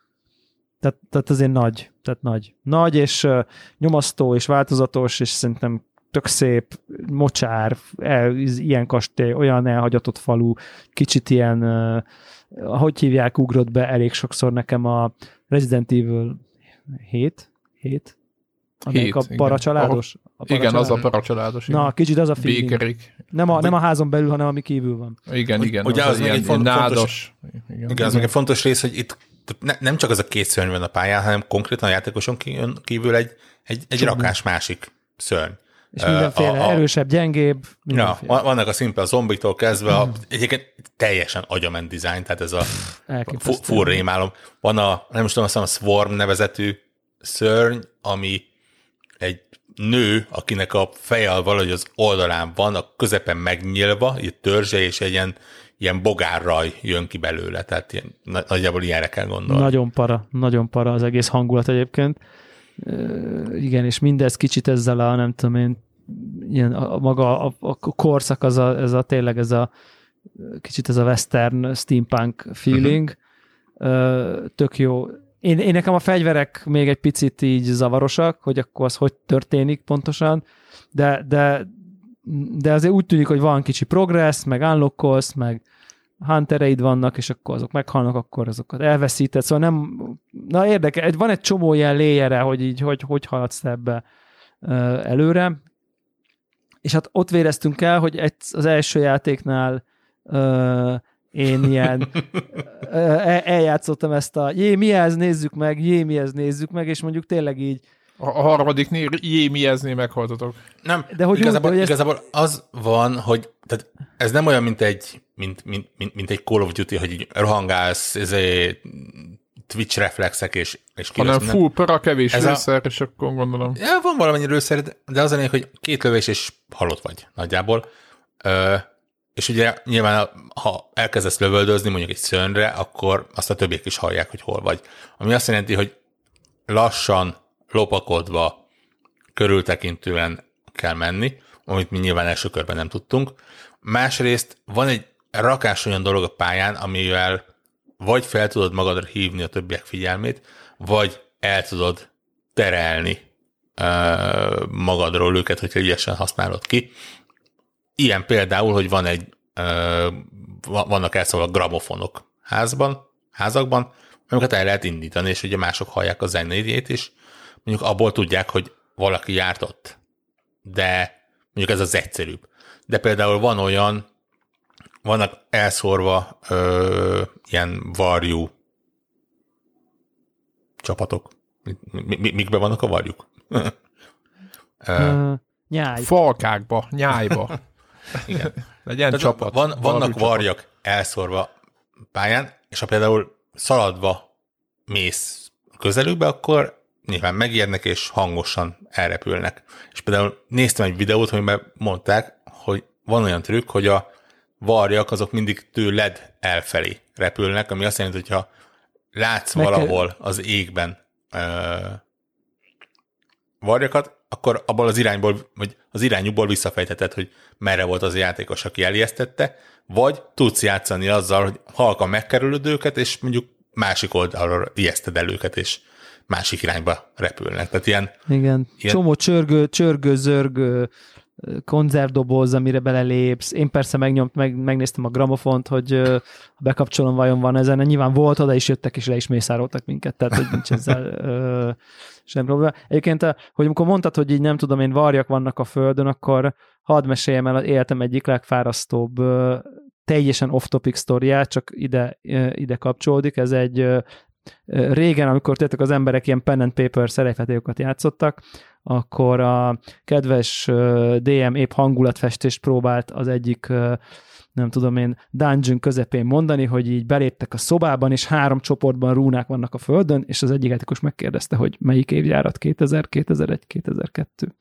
Tehát azért nagy. Tehát nagy, és nyomasztó, és változatos, és szerintem tök szép, mocsár, ilyen kastély, olyan elhagyatott falu, kicsit ilyen, ahogy hívják, ugrott be elég sokszor nekem a Resident Evil 7, amelyik a paracsaládos. Igen, az a paracsaládos. Na, kicsit az a feeling. Békerik. Nem a házon belül, hanem ami kívül van. Igen. Ugye az még egy nádos. Igen, az még egy fontos rész, hogy itt nem csak az a 2 szörny van a pályán, hanem konkrétan a játékoson kívül egy rakás másik szörny. És mindenféle erősebb, gyengébb. Ja, vannak a szimpla zombitól kezdve, egyébként teljesen agyament dizájn, tehát ez a full rémálom. Van nem is tudom, azt hiszem a Swarm nevezetű szörny, ami egy nő, akinek a feje valahogy az oldalán van, a közepen megnyílva, így törzse, és egy ilyen bogárraj jön ki belőle, tehát ilyen, nagyjából ilyenre kell gondolni. Nagyon para az egész hangulat egyébként. Igen, és mindez kicsit ezzel a, nem tudom én, ilyen a korszak, tényleg ez a kicsit ez a western steampunk feeling. Tök jó. Én nekem a fegyverek még egy picit így zavarosak, hogy akkor az hogy történik pontosan, de azért úgy tűnik, hogy van kicsi progress, meg unlockolsz, meg huntereid vannak, és akkor azok meghalnak, akkor azokat elveszíted, szóval nem, na érdekel, van egy csomó ilyen léjere, hogy így, hogy haladsz ebbe előre, és hát ott véreztünk el, hogy az első játéknál én ilyen eljátszottam ezt a mi ez, nézzük meg, és mondjuk tényleg így A harmadiknél jémiezni meghaltatok. Nem, de hogy igazából az van, hogy tehát ez nem olyan, mint egy Call of Duty, hogy így rohangálsz, Twitch reflexek és hanem full para, kevés lőszer, és akkor gondolom. Ja, van valamennyi lőszer, de az a lényeg, hogy 2 lövés és halott vagy nagyjából. És ugye nyilván, ha elkezdesz lövöldözni mondjuk egy szörnyre, akkor azt a többiek is hallják, hogy hol vagy. Ami azt jelenti, hogy lassan, lopakodva, körültekintően kell menni, amit mi nyilván első körben nem tudtunk. Másrészt van egy rakás olyan dolog a pályán, amivel vagy fel tudod magadra hívni a többiek figyelmét, vagy el tudod terelni magadról őket, hogyha ügyesen használod ki. Ilyen például, hogy vannak elszólva gramofonok házakban, amiket el lehet indítani, és ugye mások hallják a zenéjét is, mondjuk abból tudják, hogy valaki járt ott. De mondjuk ez az egyszerűbb. De például vannak elszórva ilyen varjú csapatok. Mikben vannak a varjuk? Nyáj. Falkákba, nyájba. Igen. Legyen csapat. Vannak varjak elszórva pályán, és ha például szaladva mész közelükbe, akkor nyilván megijednek, és hangosan elrepülnek. És például néztem egy videót, amiben mondták, hogy van olyan trükk, hogy a varjak azok mindig tőled elfelé repülnek, ami azt jelenti, hogyha látsz valahol az égben varjakat, akkor abból az irányból, vagy az irányukból visszafejtheted, hogy merre volt az a játékos, aki elijesztette, vagy tudsz játszani azzal, hogy halkan megkerülöd őket, és mondjuk másik oldalról ijeszted el őket, és másik irányba repülnek. Tehát ilyen csomó csörgő-zörgő konzervdoboz, amire belelépsz. Én persze megnéztem a gramofont, hogy bekapcsolom, vajon van ezen. Nyilván volt, oda is jöttek, és le is mészároltak minket, tehát hogy nincs ezzel sem probléma. Egyébként, hogy amikor mondtad, hogy így nem tudom én, varjak vannak a földön, akkor hadd meséljem el az életem egyik legfárasztóbb teljesen off-topic sztoriát, csak ide kapcsolódik. Ez egy régen, amikor tudjátok, az emberek ilyen pen and paper szerepjátékokat játszottak, akkor a kedves DM épp hangulatfestést próbált az egyik, nem tudom én, dungeon közepén mondani, hogy így beléptek a szobában, és 3 csoportban rúnák vannak a földön, és az egyik játékos megkérdezte, hogy melyik évjárat, 2000, 2001, 2002.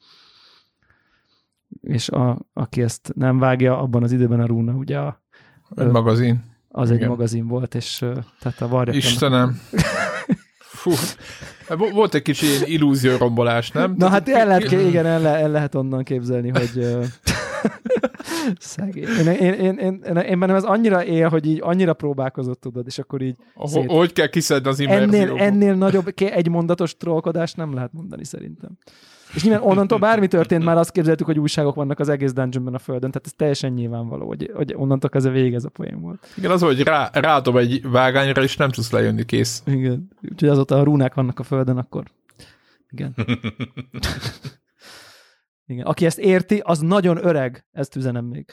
És aki ezt nem vágja, abban az időben a rúna, ugye egy magazin. Az igen. Egy magazin volt, és tehát a varjak... Istenem! Fú, volt egy kicsi ilyen illúziórombolás, nem? Na hát el lehet onnan képzelni, hogy szegény. Én bennem ez annyira él, hogy így annyira próbálkozott, tudod, és akkor így hogy kell kiszedni az immerzióba? Ennél nagyobb egymondatos trollkodást nem lehet mondani szerintem. És nyilván onnantól bármi történt, már azt képzeltük, hogy újságok vannak az egész dungeonben a földön, tehát ez teljesen nyilvánvaló, hogy onnantól kezdve végig ez a poén volt. Igen, az, hogy rádob egy vágányra, és nem tudsz lejönni, kész. Igen, úgyhogy azóta a rúnák vannak a földön, akkor igen. Igen. Aki ezt érti, az nagyon öreg, ezt üzenem még.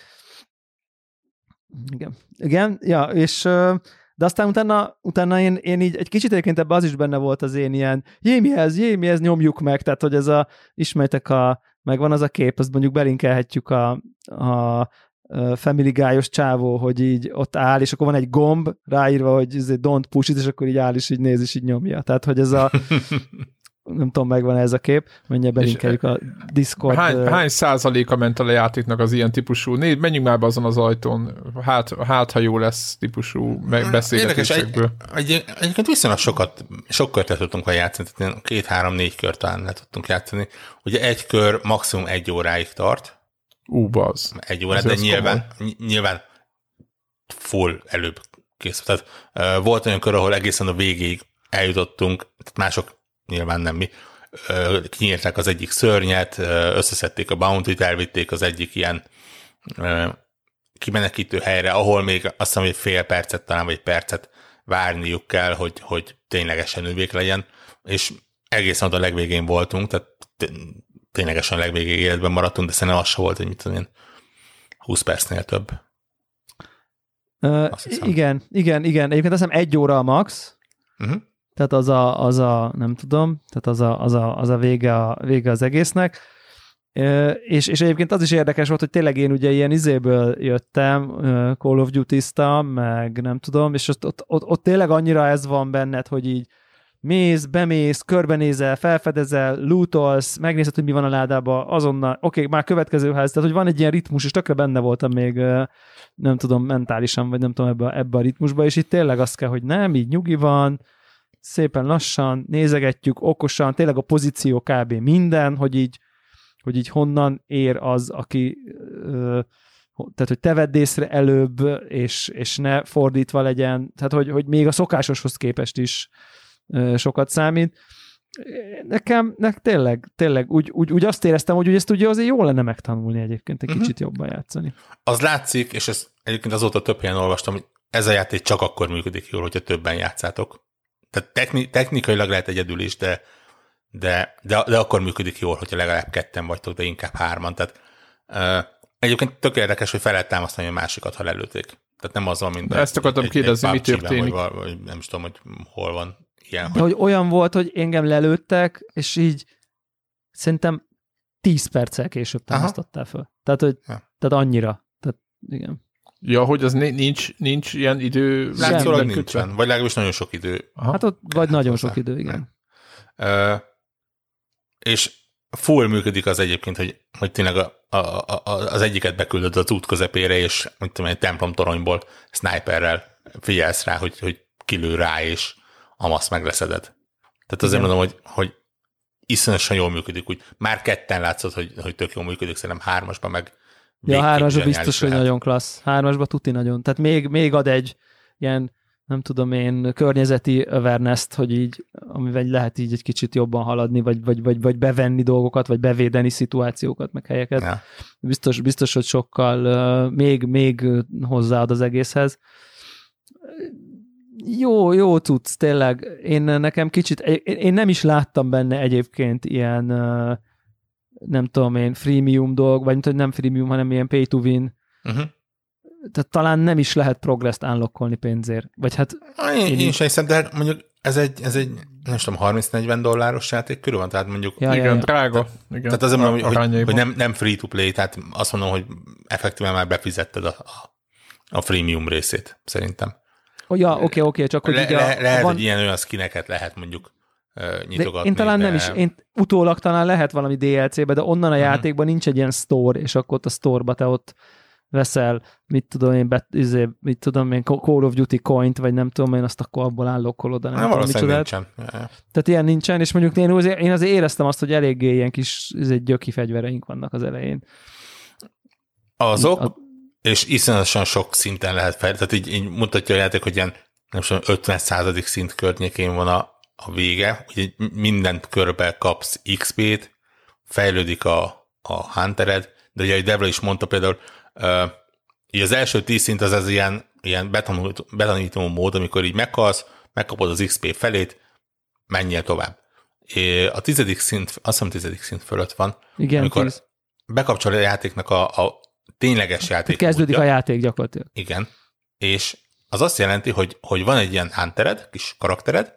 Igen, ja, és de aztán utána én így egy kicsit egyébként ebben az is benne volt az én ilyen jémihez nyomjuk meg, tehát hogy ez ismertek megvan az a kép, azt mondjuk belinkelhetjük a Family Guy-os csávó, hogy így ott áll, és akkor van egy gomb ráírva, hogy don't push it, és akkor így áll, és így néz, és így nyomja. Tehát, hogy ez nem tudom, megvan ez a kép, mindjárt belinkeljük a Discord. Hány százaléka ment el a játéknak az ilyen típusú? Menjünk már be azon az ajtón, hát ha jó lesz típusú beszélgetésekből. Egyébként viszonylag sok kört tudtunk játszani, tehát 2-3-4 kört talán le tudtunk játszani. Ugye egy kör maximum 1 óráig tart. Bazd. 1 óra, de nyilván full előbb kész. Tehát volt olyan kör, ahol egészen a végéig eljutottunk, tehát mások nyilván nem mi, kinyírták az egyik szörnyet, összeszedték a bounty-t, elvitték az egyik ilyen kimenekítő helyre, ahol még azt hiszem, hogy fél percet talán, vagy percet várniuk kell, hogy ténylegesen ővék legyen, és egészen oda a legvégén voltunk, tehát ténylegesen a legvégén életben maradtunk, de szerintem az se volt, hogy mit tudom én, 20 percnél több. Igen. Egyébként azt hiszem 1 óra a max, tehát az a nem tudom, tehát az a vége az egésznek. És egyébként az is érdekes volt, hogy tényleg én ugye ilyen izéből jöttem, Call of Duty-ztam, meg nem tudom, és ott tényleg annyira ez van benned, hogy így bemész, körbenézel, felfedezel, lootolsz, megnézed, hogy mi van a ládában, azonnal, oké, már következő ház, tehát hogy van egy ilyen ritmus, és tökre benne voltam még, nem tudom, mentálisan, vagy nem tudom, ebbe a ritmusba, és itt tényleg azt kell, hogy nem, így nyugi van, szépen lassan, nézegetjük, okosan, tényleg a pozíció kb. Minden, hogy így honnan ér az, aki tehát, hogy te vedd észre előbb, és ne fordítva legyen, tehát, hogy még a szokásoshoz képest is sokat számít. Nekem tényleg úgy azt éreztem, hogy ezt ugye azért jó lenne megtanulni egyébként, egy kicsit jobban játszani. Az látszik, és ezt egyébként azóta több helyen olvastam, hogy ez a játék csak akkor működik jól, hogyha többen játszátok. Tehát technikailag lehet egyedül is, de akkor működik jól, hogyha legalább 2 vagytok, de inkább 3. Tehát egyébként tök érdekes, hogy fel lehet támasztani a másikat, ha lelőtték. Tehát nem az van, mint ezt akartam kérdezni, mi történik. Vagy nem is tudom, hogy hol van ilyen. De hogy olyan volt, hogy engem lelőttek, és így szerintem 10 perccel később támasztottál föl. Tehát annyira. Tehát igen. Ja, hogy az nincs ilyen idő... Látszólag nincsen, vagy legalábbis nagyon sok idő. Aha. Hát ott vagy nagyon sok idő, igen. És full működik az egyébként, hogy tényleg az egyiket beküldöd az út közepére, és mit tudom, egy templom toronyból sniperrel figyelsz rá, hogy kilő rá, és amasz megleszeded. Tehát azért mondom, hogy iszonyatosan jól működik, úgy már 2 látszott, hogy tök jól működik, szerintem 3-asban meg ja, 3-asban biztos, hogy nagyon klassz. 3-asban tuti nagyon. Tehát még ad egy ilyen, nem tudom én, környezeti awareness-t, hogy így, amivel lehet így egy kicsit jobban haladni, vagy bevenni dolgokat, vagy bevédeni szituációkat, meg helyeket. Ja. Biztos, hogy sokkal még hozzáad az egészhez. Jó cucc, tényleg. Nekem kicsit, én nem is láttam benne egyébként ilyen, nem tudom én, freemium dolg, vagy nem freemium, hanem ilyen pay to win. Tehát talán nem is lehet progresszt unlockolni pénzért. Vagy hát... Én sem hiszem, de mondjuk ez egy nem tudom, $30-40 játék körül van, tehát mondjuk... Igen, drága. Igen. Tehát azért mondom, hogy nem free to play, tehát azt mondom, hogy effektíven már befizetted a freemium részét, szerintem. Ja, oké, csak hogy lehet, hogy ilyen olyan skineket lehet mondjuk nyitogatni. Én talán nem is, én utólag talán lehet valami DLC-be, de onnan a játékban nincs egy ilyen store, és akkor ott a store-ba te ott veszel, mit tudom én, Call of Duty coint, vagy nem tudom én, azt akkor abból állokkolod, de nem tudom micsodát. Nincsen. Tehát ilyen nincsen, és mondjuk én azért éreztem azt, hogy eléggé ilyen kis gyöki fegyvereink vannak az elején. Azok, és iszonyatosan sok szinten lehet tehát így mutatja a játék, hogy ilyen nem tudom, 50. szint környékén van a vége, hogy mindent körbe kapsz XP-t, fejlődik a huntered, de ugye a Devla is mondta például, így az első 10 szint az ilyen betanító mód, amikor így meghalsz, megkapod az XP felét, menjél tovább. A 10. szint, azt hiszem 10. szint fölött van, igen, amikor bekapcsol a játéknak a tényleges játék. Kezdődik a játék gyakorlatilag. Igen, és az azt jelenti, hogy van egy ilyen huntered, kis karaktered,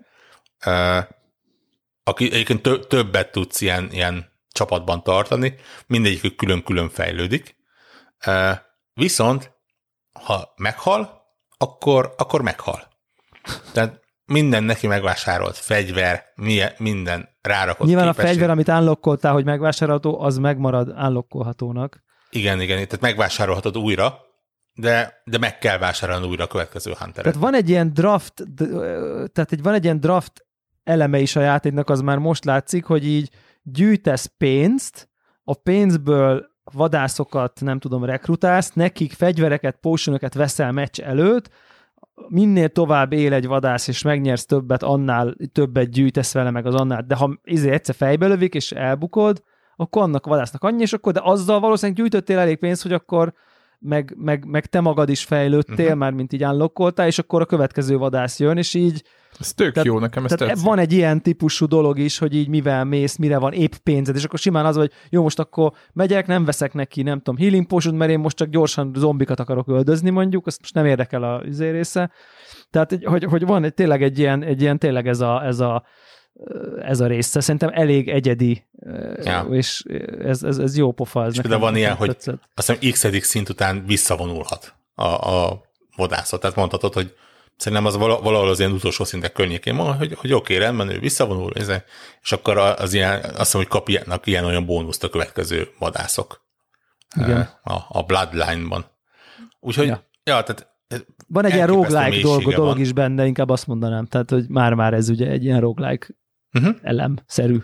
aki egyébként többet tudsz ilyen csapatban tartani, mindegyikük külön-külön fejlődik, viszont ha meghal, akkor meghal. Tehát minden neki megvásárolt fegyver, minden rárakott nyilván képesség. A fegyver, amit unlockoltál, hogy megvásárolható, az megmarad unlockolhatónak. Igen, tehát megvásárolhatod újra, de meg kell vásárolni újra a következő hunteret. Tehát van egy ilyen draft eleme is a játéknak, az már most látszik, hogy így gyűjtesz pénzt, a pénzből vadászokat, nem tudom, rekrutálsz, nekik fegyvereket, potionokat veszel meccs előtt, minél tovább él egy vadász, és megnyersz többet, annál többet gyűjtesz vele, meg az annál, de ha egyszer fejbe lövik, és elbukod, akkor annak a vadásznak annyi, és akkor, de azzal valószínűleg gyűjtöttél elég pénzt, hogy akkor meg te magad is fejlődtél, már mint így unlockoltál, és akkor a következő vadász jön, és így Ez tök jó, nekem ez tetszik. van egy ilyen típusú dolog is, hogy így mivel mész, mire van épp pénzed, és akkor simán az, hogy jó, most akkor megyek, nem veszek neki, nem tudom, healing potion, mert én most csak gyorsan zombikat akarok öldözni mondjuk, azt most nem érdekel a része. Tehát, hogy van tényleg egy ilyen tényleg ez a része. Szerintem elég egyedi, és ez jó pofa. És de van ilyen, hogy azt hiszem x-edik szint után visszavonulhat a vadászat. Tehát mondhatod, hogy szerintem az valahol az ilyen utolsó szintek környékén van, hogy oké, rendben, ő visszavonul, és akkor az ilyen, azt hiszem, hogy kapjanak ilyen-olyan bónuszt a következő vadászok. Igen. A Bloodline-ban. Úgyhogy, tehát van egy ilyen roguelike dolog is benne, inkább azt mondanám. Tehát, hogy már ez ugye egy ilyen roguelike elemszerű.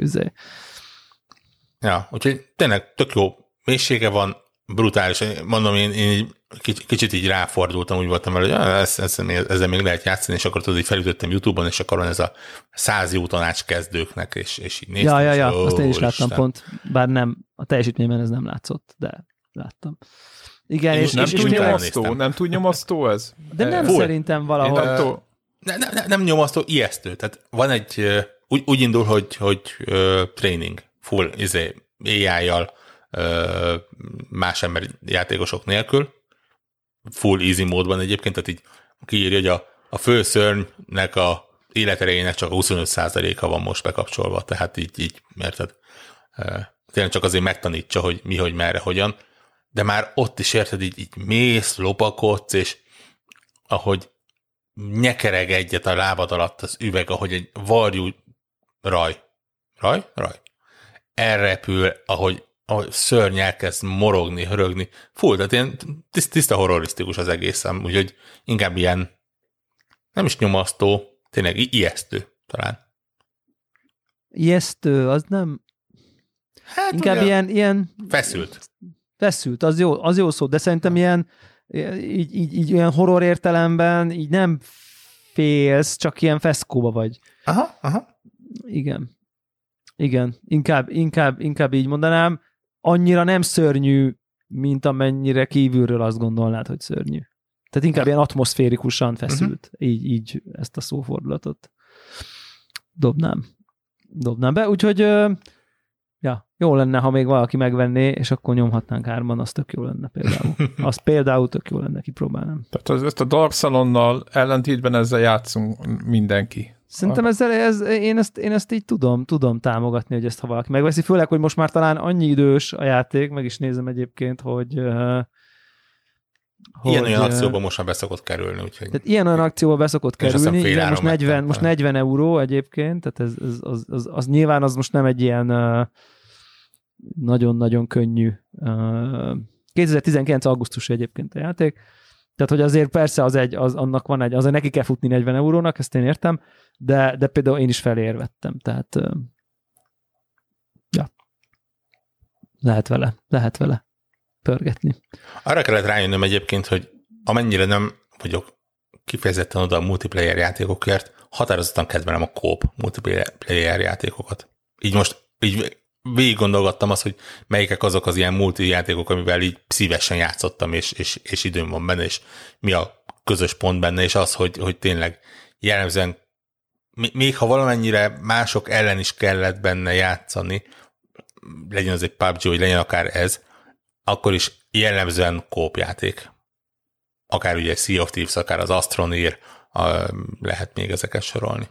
Ja, úgyhogy tényleg tök jó mélysége van, brutális. Mondom, én kicsit így ráfordultam, úgy voltam vele, hogy ezzel még lehet játszani, és akkor tudod, így felütöttem YouTube-on, és akkor van ez a 100 jó tanács kezdőknek, és így néztem. Ja, azt én is láttam pont, bár nem, a teljesítményben ez nem látszott, de láttam. Igen, és nem túl nyomasztó ez? De nem szerintem valahol. Nem nyomasztó, ijesztő. Tehát van egy, úgy indul, hogy training, full AI-jal, más ember játékosok nélkül, full easy módban egyébként, tehát így kiírja, hogy a főszörnynek a életerejének csak 25%-a van most bekapcsolva, tehát így érted? Tényleg csak azért megtanítsa, hogy mi, hogy merre, hogyan, de már ott is érted, így mész, lopakodsz, és ahogy nyekereg egyet a lábad alatt az üveg, ahogy egy varjú raj elrepül, ahogy szörny elkezd morogni, hörögni. Fú, tehát ilyen tiszta horrorisztikus az egészem, úgyhogy inkább ilyen nem is nyomasztó, tényleg ijesztő talán. Ijesztő, az nem... Hát inkább ilyen... Feszült, az jó szó, de szerintem ilyen így olyan horror értelemben így nem félsz, csak ilyen feszkóba vagy. Aha. Igen, inkább így mondanám. Annyira nem szörnyű, mint amennyire kívülről azt gondolnád, hogy szörnyű. Tehát inkább ilyen atmoszférikusan feszült. Így ezt a szófordulatot dobnám be. Úgyhogy jó lenne, ha még valaki megvenné, és akkor nyomhatnánk 3-an, az tök jó lenne például. Az például tök jó lenne, kipróbálnám. Tehát ezt a Dark Salonnal ellentétben ezzel játszunk mindenki. Szerintem én ezt így tudom támogatni, hogy ezt ha valaki megveszi, főleg, hogy most már talán annyi idős a játék, meg is nézem egyébként, hogy ilyen-olyan akcióban most már beszokott kerülni. Úgyhogy tehát ilyen-olyan akcióban beszokott kerülni, igen, most 40 euró egyébként, tehát az nyilván az most nem egy ilyen nagyon-nagyon könnyű 2019. augusztus egyébként a játék, tehát hogy azért persze annak van azért neki kell futni 40 eurónak, ezt én értem, de például én is felérvettem, tehát lehet vele pörgetni. Arra kellett rájönnöm egyébként, hogy amennyire nem vagyok kifejezetten oda a multiplayer játékokért, határozottan kedvelem a co-op multiplayer játékokat. Így végig gondolgattam azt, hogy melyikek azok az ilyen multi játékok, amivel így szívesen játszottam, és időm van benne, és mi a közös pont benne, és az, hogy tényleg jellemzően, még ha valamennyire mások ellen is kellett benne játszani, legyen az egy PUBG, vagy legyen akár ez, akkor is jellemzően co-op játék. Akár ugye Sea of Thieves, akár az Astroneer, lehet még ezeket sorolni.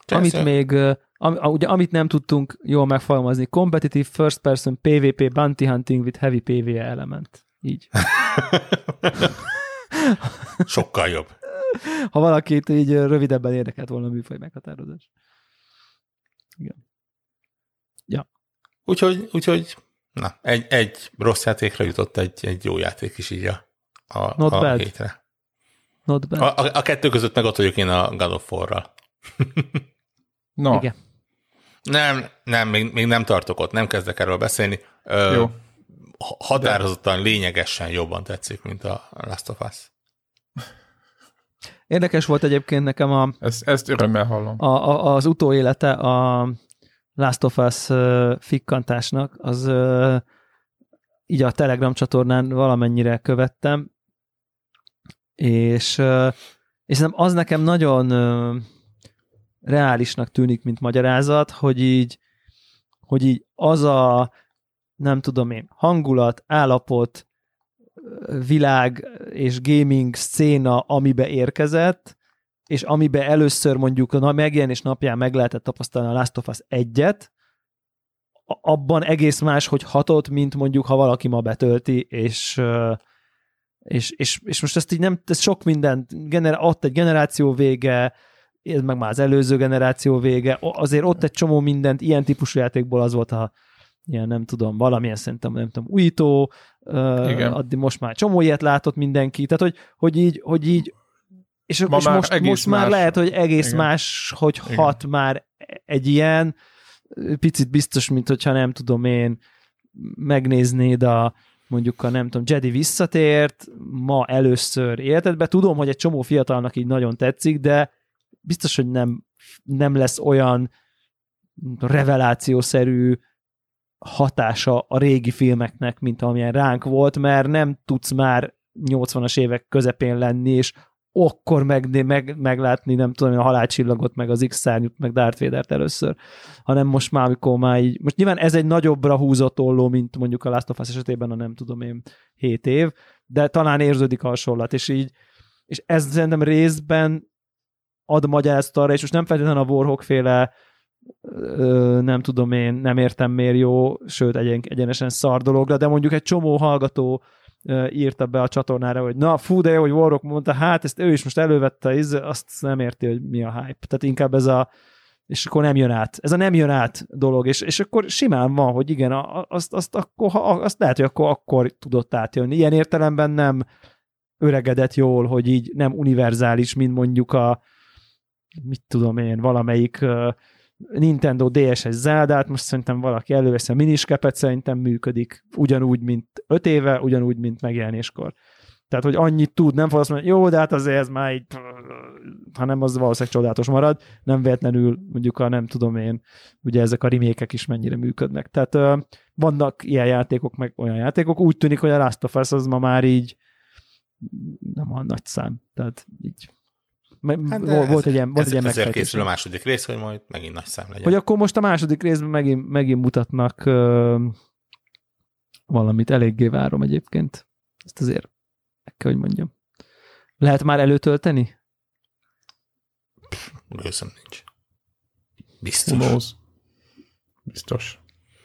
Amit nem tudtunk jól megfogalmazni, competitive first person PvP bounty hunting with heavy PvE element. Így. Sokkal jobb. Ha valakit így rövidebben érdekelt volna a műfaj meghatározás. Igen. Ja. Úgyhogy na, egy rossz játékra jutott egy jó játék is így a hétre. Not bad. A kettő között meg ott vagyok én a God of War-ral. No. Igen. Nem, még nem tartok ott, nem kezdek erről beszélni. Jó. Határozottan, lényegesen jobban tetszik, mint a Last of Us. Érdekes volt egyébként nekem ezt örömmel hallom. Az utóélete a Last of Us fikkantásnak, így a Telegram csatornán valamennyire követtem, és az nekem nagyon reálisnak tűnik, mint magyarázat, hogy így az a, nem tudom én, hangulat, állapot, világ és gaming széna, amibe érkezett, és amibe először mondjuk a megjelenés napján meg lehetett tapasztalni a Last of Us 1-et, abban egész más, hogy hatott, mint mondjuk, ha valaki ma betölti, és most ezt így nem, ez sok mindent, ott egy generáció vége, ez meg már az előző generáció vége, azért ott egy csomó mindent, ilyen típusú játékból az volt ilyen nem tudom, valamilyen szerintem, nem tudom, újító, addig most már csomó ilyet látott mindenki, tehát hogy így és most már lehet, hogy egész igen. Más, hogy igen. Hat már egy ilyen, picit biztos, mint hogyha nem tudom én, megnéznéd mondjuk a nem tudom, Jedi visszatért, ma először életedbe. Tudom, hogy egy csomó fiatalnak így nagyon tetszik, de biztos, hogy nem lesz olyan revelációszerű hatása a régi filmeknek, mint amilyen ránk volt, mert nem tudsz már 80-as évek közepén lenni, és akkor meglátni, nem tudom, a halálcsillagot, meg az X-szárnyút, meg Darth Vadert először, hanem most már, amikor már így, most nyilván ez egy nagyobbra húzott olló, mint mondjuk a Last of Us esetében a nem tudom én 7 év, de talán érződik a hasonlat, és ez szerintem részben ad magyarázatot arra, és most nem feltétlenül a Warhawk-féle nem tudom én, nem értem miért jó, sőt egyenesen szar dologra, de mondjuk egy csomó hallgató írta be a csatornára, hogy na, fú, de jó, hogy Warhawk mondta, hát ezt ő is most elővette, azt nem érti, hogy mi a hype. Tehát inkább és akkor nem jön át. Ez a nem jön át dolog, és akkor simán van, hogy igen, azt lehet, hogy akkor tudott átjönni. Ilyen értelemben nem öregedett jól, hogy így nem univerzális, mint mondjuk mit tudom én, valamelyik Nintendo DS-es Zeldát, most szerintem valaki elővesz a miniskepet, szerintem működik ugyanúgy, mint 5 éve, ugyanúgy, mint megjelenéskor. Tehát, hogy annyit tud, nem fogsz mondani, jó, de hát azért ez már így, hanem az valószínűleg csodálatos marad, nem véletlenül mondjuk nem tudom én, ugye ezek a remékek is mennyire működnek. Tehát vannak ilyen játékok, meg olyan játékok, úgy tűnik, hogy a Last of Us az ma már így nem a nagy szám. Tehát így volt egy ilyen megfejtés. Ezért készül a második rész, hogy majd megint nagy szám legyen. Hogy akkor most a második részben megint mutatnak valamit, eléggé várom egyébként. Ezt azért meg kell, hogy mondjam. Lehet már előtölteni? Gőzöm nincs. Biztos. Biztos.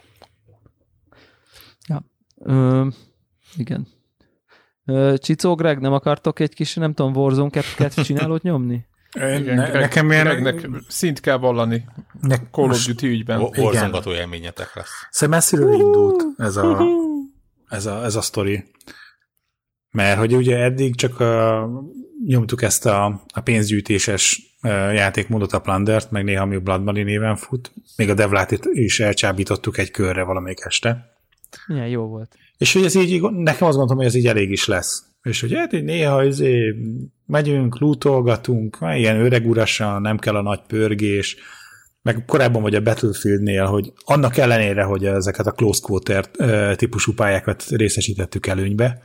Ja. Igen. Csicó, Greg, nem akartok egy kis, nem tudom, Warzone Cat csinálót nyomni? Igen, nekem Gregnek szint kell vallani Call of Duty ügyben. Warzone-gató élményetek lesz. Szóval messziről indult ez a sztori. Mert hogy ugye eddig csak nyomtuk ezt a pénzgyűjtéses játékmódot, a Plundert, meg néha még Blood Money néven fut. Még a Devlát is elcsábítottuk egy körre valamelyik este. Milyen jó volt. És hogy ez így, nekem azt gondolom, hogy ez így elég is lesz. És hogy hát így néha megyünk, lootolgatunk, ilyen öregurasan, nem kell a nagy pörgés, meg korábban vagy a Battlefieldnél, hogy annak ellenére, hogy ezeket a close quarter típusú pályákat részesítettük előnybe,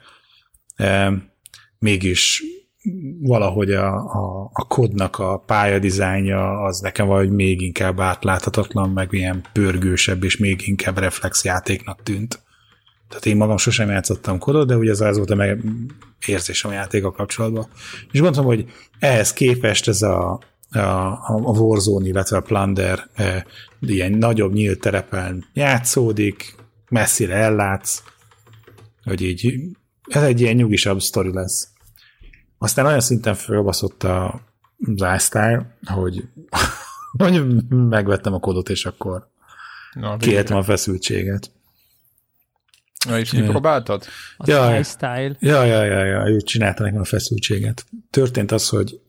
mégis valahogy a kodnak a pályadizájnja az nekem valahogy még inkább átláthatatlan, meg ilyen pörgősebb, és még inkább reflexjátéknak tűnt. Tehát én magam sosem játszottam kodot, de ugye ez volt a érzésem a játékkal kapcsolatban. És gondolom, hogy ehhez képest ez a Warzone, illetve a Plunder ilyen nagyobb nyílt terepen játszódik, messzire ellátsz, hogy így ez egy ilyen nyugisabb sztori lesz. Aztán olyan szinten fölbaszott az iStyle, hogy megvettem a kodot, és akkor kiéltem a feszültséget. Na, és kipróbáltad? Az iStyle. Ja, ő csinálta nekem a feszültséget. Történt az, hogy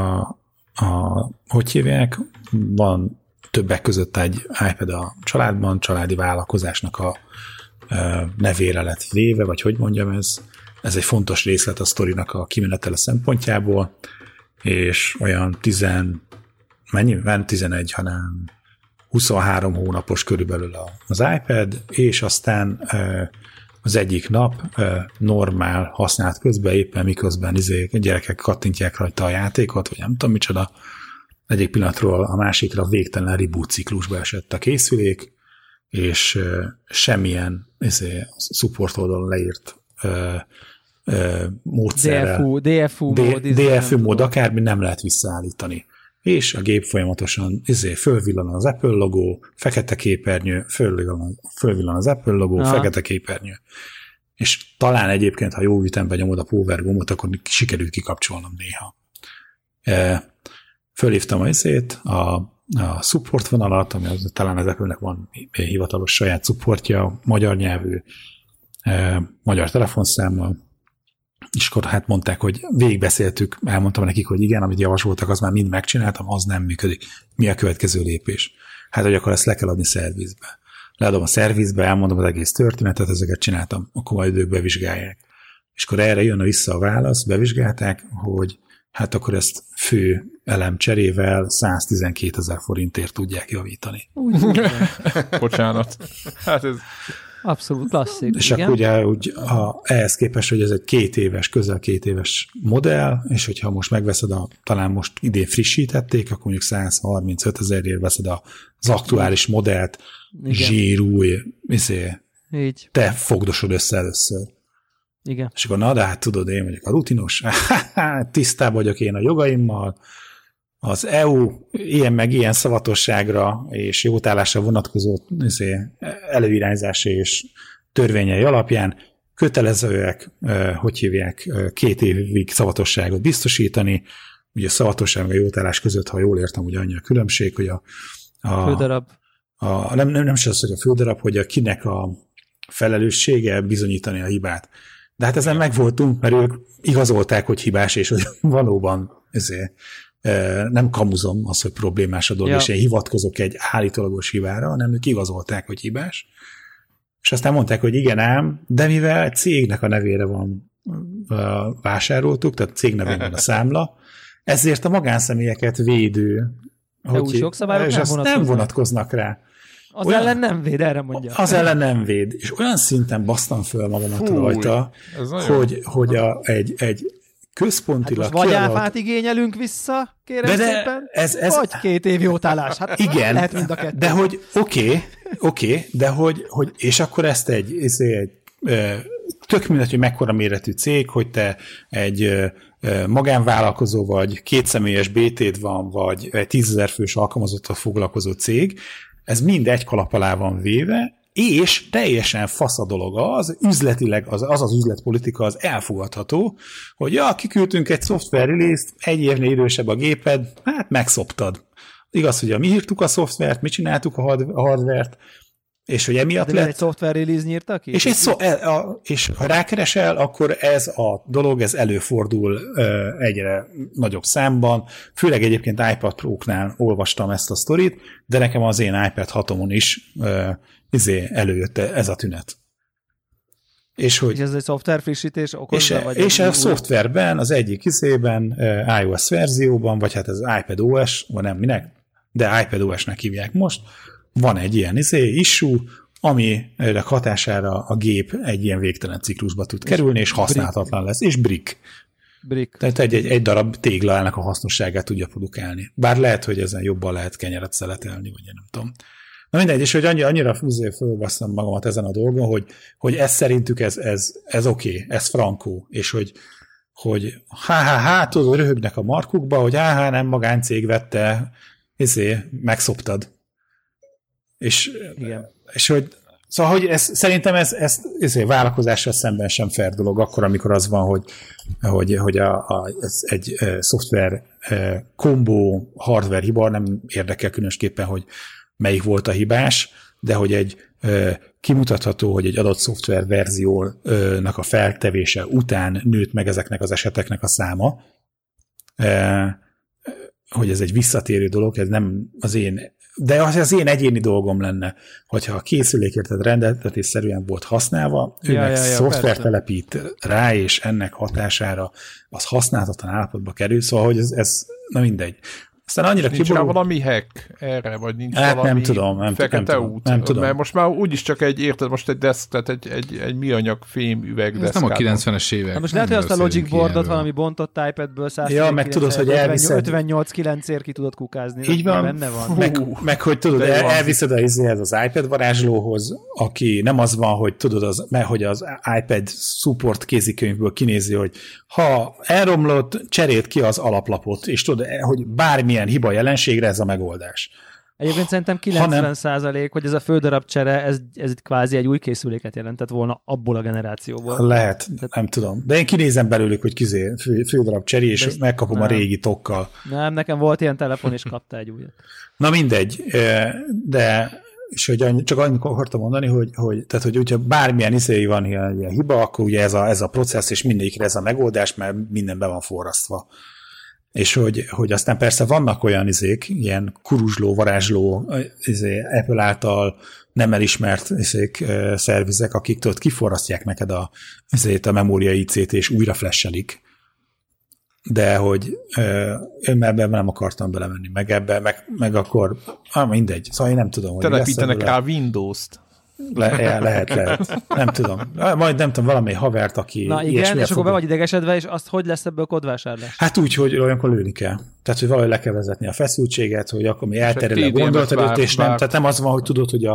hogy hívják, van többek között egy iPad a családban, családi vállalkozásnak a nevére lett véve, vagy hogy mondjam, ez egy fontos részlet a sztorinak a kimenetele szempontjából, és olyan 11, hanem 23 hónapos körülbelül az iPad, és aztán az egyik nap normál használt közben, éppen miközben gyerekek kattintják rajta a játékot, vagy nem tudom micsoda, egyik pillanatról a másikra végtelen reboot ciklusba esett a készülék, és semmilyen support oldalon leírt módszerrel, DFU mód akármi nem lehet visszaállítani. És a gép folyamatosan fölvillan az Apple logó, fekete képernyő, fölvillan az Apple logó, fekete képernyő. És talán egyébként, ha jó ütemben nyomod a power gombot, akkor sikerült kikapcsolnom néha. Fölhívtam a support vonalat, ami talán az Apple-nek van hivatalos saját supportja, magyar nyelvű, magyar telefonszámmal, és akkor hát mondták, hogy végigbeszéltük, elmondtam nekik, hogy igen, amit javasoltak, az már mind megcsináltam, az nem működik. Mi a következő lépés? Hát, hogy akkor ezt le kell adni szervizbe. Leadom a szervizbe, elmondom az egész történetet, ezeket csináltam, akkor majd ők bevizsgálják. És akkor erre jön vissza a válasz, bevizsgálták, hogy hát akkor ezt fő elem cserével 112 000 forintért tudják javítani. Bocsánat. Hát ez... Abszolút klasszik. És igen? Akkor ugye ehhez képest, hogy ez egy 2 éves, közel 2 éves modell, és hogyha most megveszed talán most idén frissítették, akkor mondjuk 135 000-ért veszed az aktuális modellt, zsírúj, így. Te fogdosod össze először. Igen. És akkor na, de hát tudod, én vagyok a rutinos, tisztában vagyok én a jogaimmal, az EU ilyen meg ilyen szavatosságra és jótállásra vonatkozó előirányzási és törvényei alapján kötelezőek, 2 évig szavatosságot biztosítani. Ugye a szavatosság meg a jótállás között, ha jól értem, ugye annyi a különbség, hogy a fődarab. Nem is az, hogy a fődarab, hogy a kinek a felelőssége bizonyítani a hibát. De hát ezen megvoltunk, mert ők igazolták, hogy hibás, és hogy valóban nem kamuzom az, hogy problémás a dolog, és én hivatkozok egy állítólagos hibára, hanem ők igazolták, hogy hibás. És aztán mondták, hogy igen ám, de mivel cégnek a nevére van vásároltuk, tehát cég nevén van a számla, ezért a magánszemélyeket védő jogszabályok nem vonatkoznak rá. Az ellen nem véd, erre mondja. Az ellen nem véd. És olyan szinten basztam föl magamat rajta, hogy egy központilag hát vagy áfát igényelünk vissza, kérem szépen, vagy 2 év jótállás. Hát igen, lehet mind a kettő. De hogy oké, de hogy és akkor ezt egy tök mindegy, hogy mekkora méretű cég, hogy te egy magánvállalkozó vagy, 2 személyes BT-d van, vagy egy 10 000 fős alkalmazottal foglalkozó cég, ez mind egy kalap alá van véve, és teljesen fasz a dolog üzletileg az üzletpolitika az elfogadható, hogy kiküldtünk egy szoftver release-t, 1 évnél idősebb a géped, hát megszoptad. Igaz, hogy mi írtuk a szoftvert, mi csináltuk a hardvert, és hogy emiatt lett... egy szoftver release nyírta ki? És ha rákeresel, akkor ez a dolog, ez előfordul egyre nagyobb számban. Főleg egyébként iPad Pro-knál olvastam ezt a sztorit, de nekem az én iPad 6-omon is előjött ez a tünet. És ez egy szoftver frissítés okozza? És a szoftverben, az egyik iOS verzióban, vagy hát az iPadOS, vagy nem minek, de iPadOS-nek hívják most, van egy ilyen issue, aminek hatására a gép egy ilyen végtelen ciklusba tud kerülni, és használhatatlan lesz. És brick. Tehát egy darab téglának a hasznosságát tudja produkálni. Bár lehet, hogy ezen jobban lehet kenyeret szeletelni, vagy én nem tudom. Na mindegy, és hogy annyira fölbasztam magamat ezen a dolgon, hogy ez szerintük ez oké, ez frankó, és hogy tudod, röhögnek a markukba, hogy nem magáncég vette, megszoptad. És hogy szóval, hogy szerintem ez vállalkozással szemben sem fair dolog, akkor, amikor az van, hogy ez egy szoftver kombó hardware hiba, nem érdekel különösképpen, hogy melyik volt a hibás, de hogy egy kimutatható, hogy egy adott szoftver verziónak a feltevése után nőtt meg ezeknek az eseteknek a száma, hogy ez egy visszatérő dolog, ez nem az én, de az én egyéni dolgom lenne, hogyha a készülékértet rendeltetésszerűen volt használva, ő meg szoftver telepít rá, és ennek hatására az használhatatlan állapotba kerül, szóval hogy ez na mindegy. Aztán annyira nincs rá valami hack erre, vagy nincs hát valami nem tudom, fekete út? Nem tudom. Mert most már úgyis csak most egy desk, tehát egy műanyag fém üveg ez nem a 90-es évek. Hát most lehet, hogy azt a Logic boardot valami bontott iPadből 158-9-ért ki tudod kukázni. Így van. Benne van. Meg hogy tudod, elviszed az iPad varázslóhoz, aki nem az van, hogy tudod, hogy az iPad support kézikönyvből kinézi, hogy ha elromlott, cseréld ki az alaplapot, és tudod, hogy bármilyen hiba jelenségre ez a megoldás. Egyébként szerintem 90%, hogy ez a fődarab csere, ez itt kvázi egy új készüléket jelentett volna abból a generációból. Lehet, nem tudom. De én kinézem belőlük, hogy fődarab cseri, és megkapom a régi tokkal. Nem, nekem volt ilyen telefon, és kapta egy újat. Na mindegy, de és hogy csak annyit akartam mondani, tehát, hogy hogyha bármilyen izéi van ilyen hiba, akkor ugye ez a processz, és mindegyikre ez a megoldás, mert minden be van forrasztva. És hogy aztán persze vannak olyan ilyen kuruzsló, varázsló Apple által nem elismert szervizek, akik tudod, kiforrasztják neked a memória IC-t, és újra flashelik. De hogy én ebben nem akartam belemenni, meg ebbe, meg akkor mindegy. Szóval én nem tudom, hogy telepítenek rá Windows-t. Lehet. Nem tudom. Majd nem tudom, valami havert, aki... Na igen, és akkor be vagy idegesedve, és azt hogy lesz ebből kódvásárlás? Hát úgy, hogy olyankor lőni kell. Tehát, hogy valahogy le kell vezetni a feszültséget, hogy akkor mi elterel a gondolat, és nem. Tehát nem az van, hogy tudod, hogy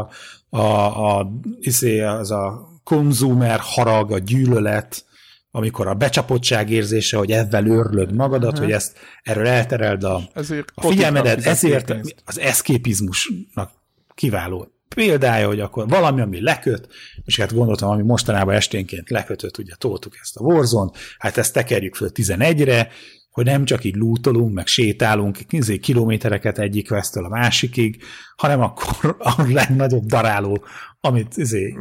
az a konzumer harag, a gyűlölet, amikor a becsapottság érzése, hogy ezzel őrlöd magadat, hogy erről eltereld a figyelmedet, ezért az eszképizmusnak kiváló példája, hogy akkor valami, ami leköt, és hát gondoltam, ami mostanában esténként lekötött, ugye toltuk ezt a Warzone, hát ezt tekerjük föl 11-re, hogy nem csak így lootolunk, meg sétálunk kilométereket egyik questtől a másikig, hanem akkor a legnagyobb daráló, amit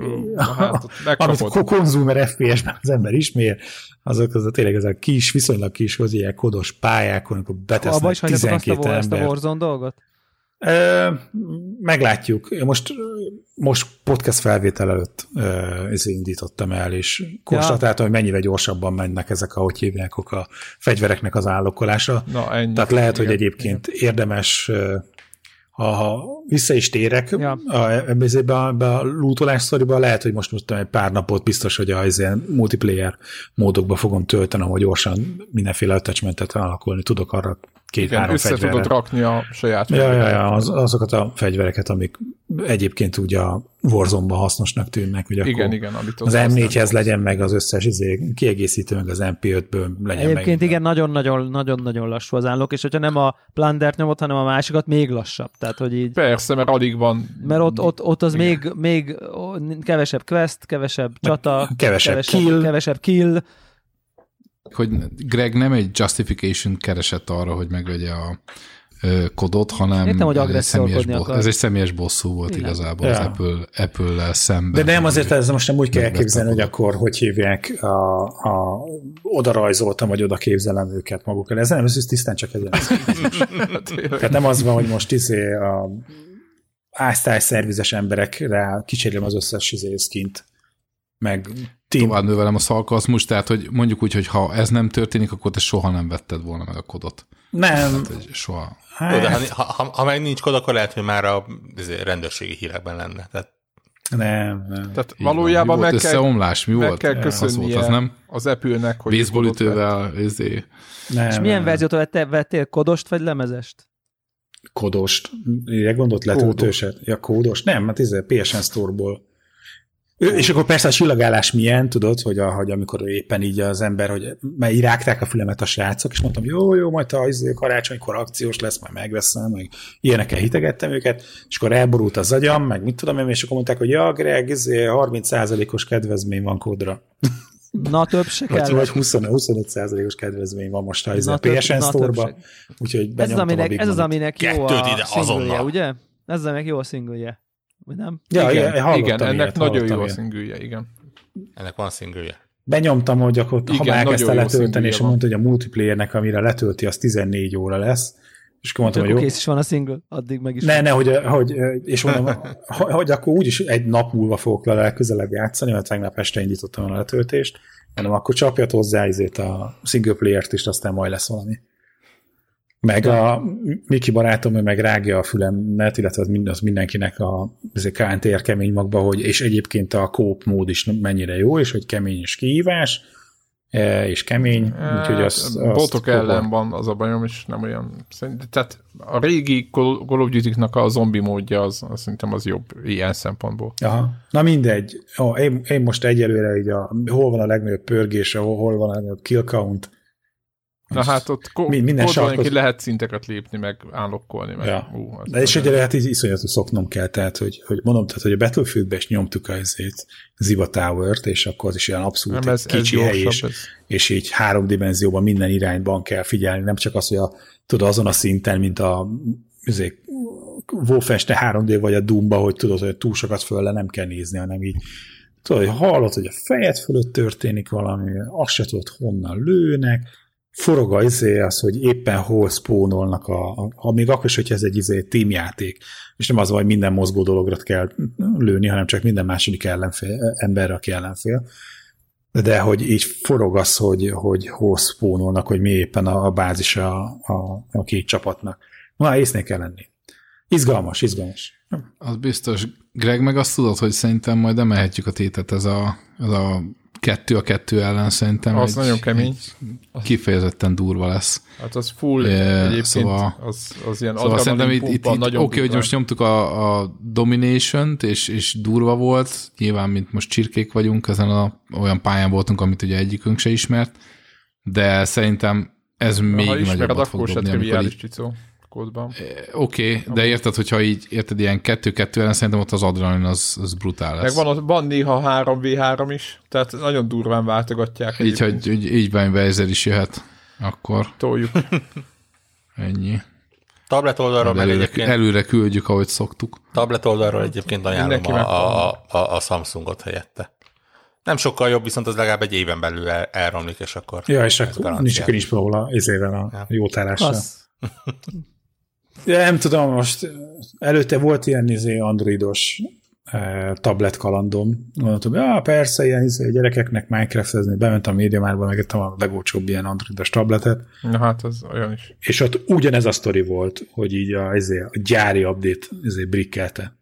konzumer FPS-ben az ember ismér, azok tényleg ezek viszonylag kis, ilyen kodos pályákon, amikor betesznek 12 ember. Ezt a Warzone dolgot? Meglátjuk. Most podcast felvétel előtt indítottam el, és konstatáltam, hogy mennyire gyorsabban mennek ezek, ahogy hívják, a fegyvereknek az állokolása. Tehát lehet, hogy egyébként érdemes, ha vissza is térek ebbe a lootolás sztoriba, lehet, hogy most egy pár napot biztos, hogy az ilyen multiplayer módokba fogom tölteni, hogy gyorsan mindenféle attachmentet alakulni tudok arra 2-3 fegyverre. Össze tudod rakni a saját azokat a fegyvereket, amik egyébként úgy a Warzone-ban hasznosnak tűnnek, hogy akkor igen, az M4-hez legyen meg az összes kiegészítő, meg az MP5-ből legyen egyébként meg. igen, nagyon-nagyon lassú az állók, és hogyha nem a Plundert nyomod, hanem a másikat, még lassabb. Tehát, hogy így... Persze, mert alig van... Mert ott az még kevesebb quest, kevesebb csata, kevesebb kill. Hogy Greg nem egy justification keresett arra, hogy megvegye a kodot, hanem értem, hogy ez egy személyes bosszú volt igazából az Apple-lel szemben. De nem azért, ez most nem úgy kell elképzelni, hogy akkor hogy hívják, oda rajzoltam, vagy oda képzelem őket magukkal. Ez nem, ez tisztán csak egy Tehát nem az van, hogy most a ásztályszervizes emberekre kicserélem az összes skint, meg tovább növelem a szarkazmust, tehát hogy mondjuk úgy, hogy ha ez nem történik, akkor te soha nem vetted volna meg a kodot. Nem. Tehát, soha. De ha meg nincs kod, akkor lehet, hogy már a rendőrségi hírekben lenne. Nem. Tehát valójában mi volt összeomlás? Mi volt? Kell köszönnie az, nem? Az Apple-nek, hogy baseballütővel. És milyen verziót vettél? Kodost vagy lemezest? Kodost. Ilyen gondolt letöltőset? Ja, kódost? Nem, hát PSN Store-ból. És akkor persze a csillagállás milyen, tudod, hogy amikor éppen így az ember, hogy már rágták a fülemet a srácok, és mondtam, jó, majd a karácsonykor akciós lesz, majd megveszem, meg ilyenekkel hitegettem őket, és akkor elborult az agyam, meg mit tudom én, és akkor mondták, hogy ja, Greg, 30%-os kedvezmény van kódra. Na, több se kell. Vagy 25%-os kedvezmény van most a PSN Store-ba, úgyhogy benyomtam a Big Ez az, aminek jó a single-je, ugye? Ez az, aminek jó a single-je. Vagy nem? Ja, igen, ennek nagyon jó a single-je, igen. Ennek van single-je. Benyomtam, hogy akkor, ha már elkezdte letölteni, és mondta, hogy a multiplayernek, amire letölti, az 14 óra lesz. És akkor mondtam, hogy jó. Kész is van a single, addig meg is. És mondom, hogy akkor úgyis egy nap múlva fogok vele legközelebb játszani, mert tegnap este indítottam a letöltést. Mondom, akkor csapjad hozzá a single player-t is, aztán majd lesz valami. Meg a Miki barátom, meg rágja a fülemet, illetve az mindenkinek a KNTR kemény magba, hogy és egyébként a coop mód is mennyire jó, és hogy kemény és kihívás, és kemény, úgyhogy botok ellen van az a bajom, és nem olyan... Tehát a régi Call of Duty-nak a zombi módja, az szerintem az jobb ilyen szempontból. Aha. Na mindegy. Én most egyelőre így hol van a legnagyobb pörgés, hol van a legnagyobb kill count. Na hát ott kódolni lehet szinteket lépni, meg állokkolni. Meg. Ja. De és egyelőre hát így iszonyatú szoknom kell, tehát hogy mondom, tehát, hogy a Battlefieldbe is nyomtuk az Ziva Tower-t, és akkor az is olyan abszolút ez kicsi hely, és így 3 dimenzióban minden irányban kell figyelni, nem csak az, hogy tudod, azon a szinten, mint a Wolfenstein 3D vagy a Doomba, hogy tudod, hogy túl sokat fölle nem kell nézni, hanem így tudod, hogy hallod, hogy a fejed fölött történik valami, azt se tudod, honnan lőnek, forog az, hogy éppen hol spónolnak, még akkor is, hogyha ez egy tímjáték, és nem az, hogy minden mozgó dologra kell lőni, hanem csak minden második emberre, aki ellenfél. De hogy így forog az, hogy hol spónolnak, hogy mi éppen a bázis a két csapatnak. Na, észnél kell lenni. Izgalmas. Az biztos. Greg, meg azt tudod, hogy szerintem majd emelhetjük a tétet, ez a 2-2 ellen szerintem. Az nagyon kemény. Kifejezetten durva lesz. Hát az full egyébként, szóval, az ilyen szóval szerintem itt oké, hogy most nyomtuk a Domination-t, és durva volt, nyilván, mint most csirkék vagyunk, ezen olyan pályán voltunk, amit ugye egyikünk se ismert, de szerintem ez még nagyobbat fog dobni, amikor így... Oké, de érted, hogyha így érted ilyen 2-2 ellen, szerintem ott az adrenalin az brutál lesz. Meg van néha 3v3 is, tehát nagyon durván váltogatják. Így, hogy így Weiser is jöhet, akkor toljuk. Ennyi. Tablet oldalról meg egyébként... Előre küldjük, ahogy szoktuk. Tablet oldalról egyébként ajánlom a Samsungot helyette. Nem sokkal jobb, viszont az legalább egy éven belül elromlik, és akkor... Ja, és akkor nincs probléma a jótállással. Ja, nem tudom, most előtte volt ilyen androidos tablet kalandom. Mondtam, persze, ilyen gyerekeknek Minecraft-ezni, bementem a MediaMarktba, megettem a legolcsóbb ilyen androidos tabletet. Na hát, az olyan is. És ott ugyanez a sztori volt, hogy így a gyári update brikkelte.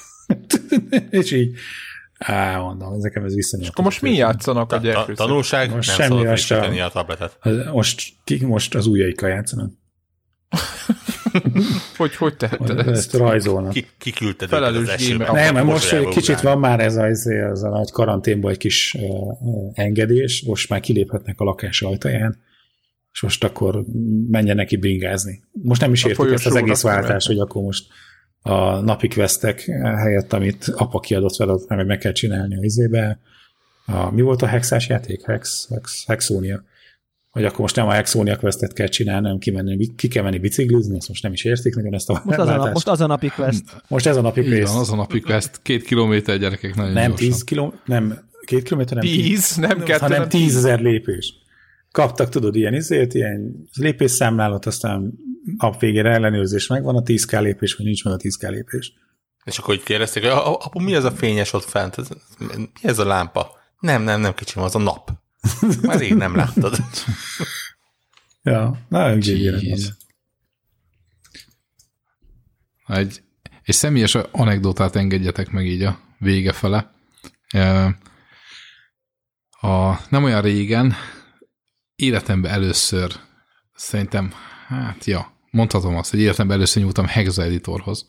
És így mondom, nekem ez viszonylag. És akkor most mi játszanak a gyerekek? Tanulság, most nem szabad frissíteni a tabletet. Most az ujjaikkal játszanak. Hogy teheted ezt? Rajzolnak. Kiküldted felelős az esőbe. Nem, most egy kicsit van már ez a nagy karanténban egy kis engedés, most már kiléphetnek a lakás ajtaján, és most akkor menjen neki bringázni. Most nem is értik ezt az egész váltást, hogy akkor most a napi questek helyett, amit apa kiadott fel, meg kell csinálni a izébe. Mi volt a hexás játék? Hexónia. Hogy akkor most nem a Hexónia questet kell csinálni, hanem ki kell menni biciklizni, ezt most nem is értik nagyon ezt a váltást. Most az a napi quest. Most ez a napi quest. Van, az a napi quest. 2 kilométer gyerekek nagyon nem gyorsan. 10 kilométer, nem 2 kilométer, nem 10, nem 2, hanem 10 000 lépés. Kaptak, tudod, ilyen lépésszámlálót, aztán nap végére ellenőrzés megvan a 10k lépés, vagy nincs meg a 10k lépés. És akkor így kérdezték, hogy apu, mi ez a fényes ott fent? Mi ez a lámpa? Nem kicsim, az a nap. Már rég nem láttad. Ja, nagyon gyönyörű. Egy személyes anekdotát engedjetek meg így a vége fele. Nem olyan régen életemben először szerintem, mondhatom azt, hogy életemben először nyúltam Hexa editorhoz.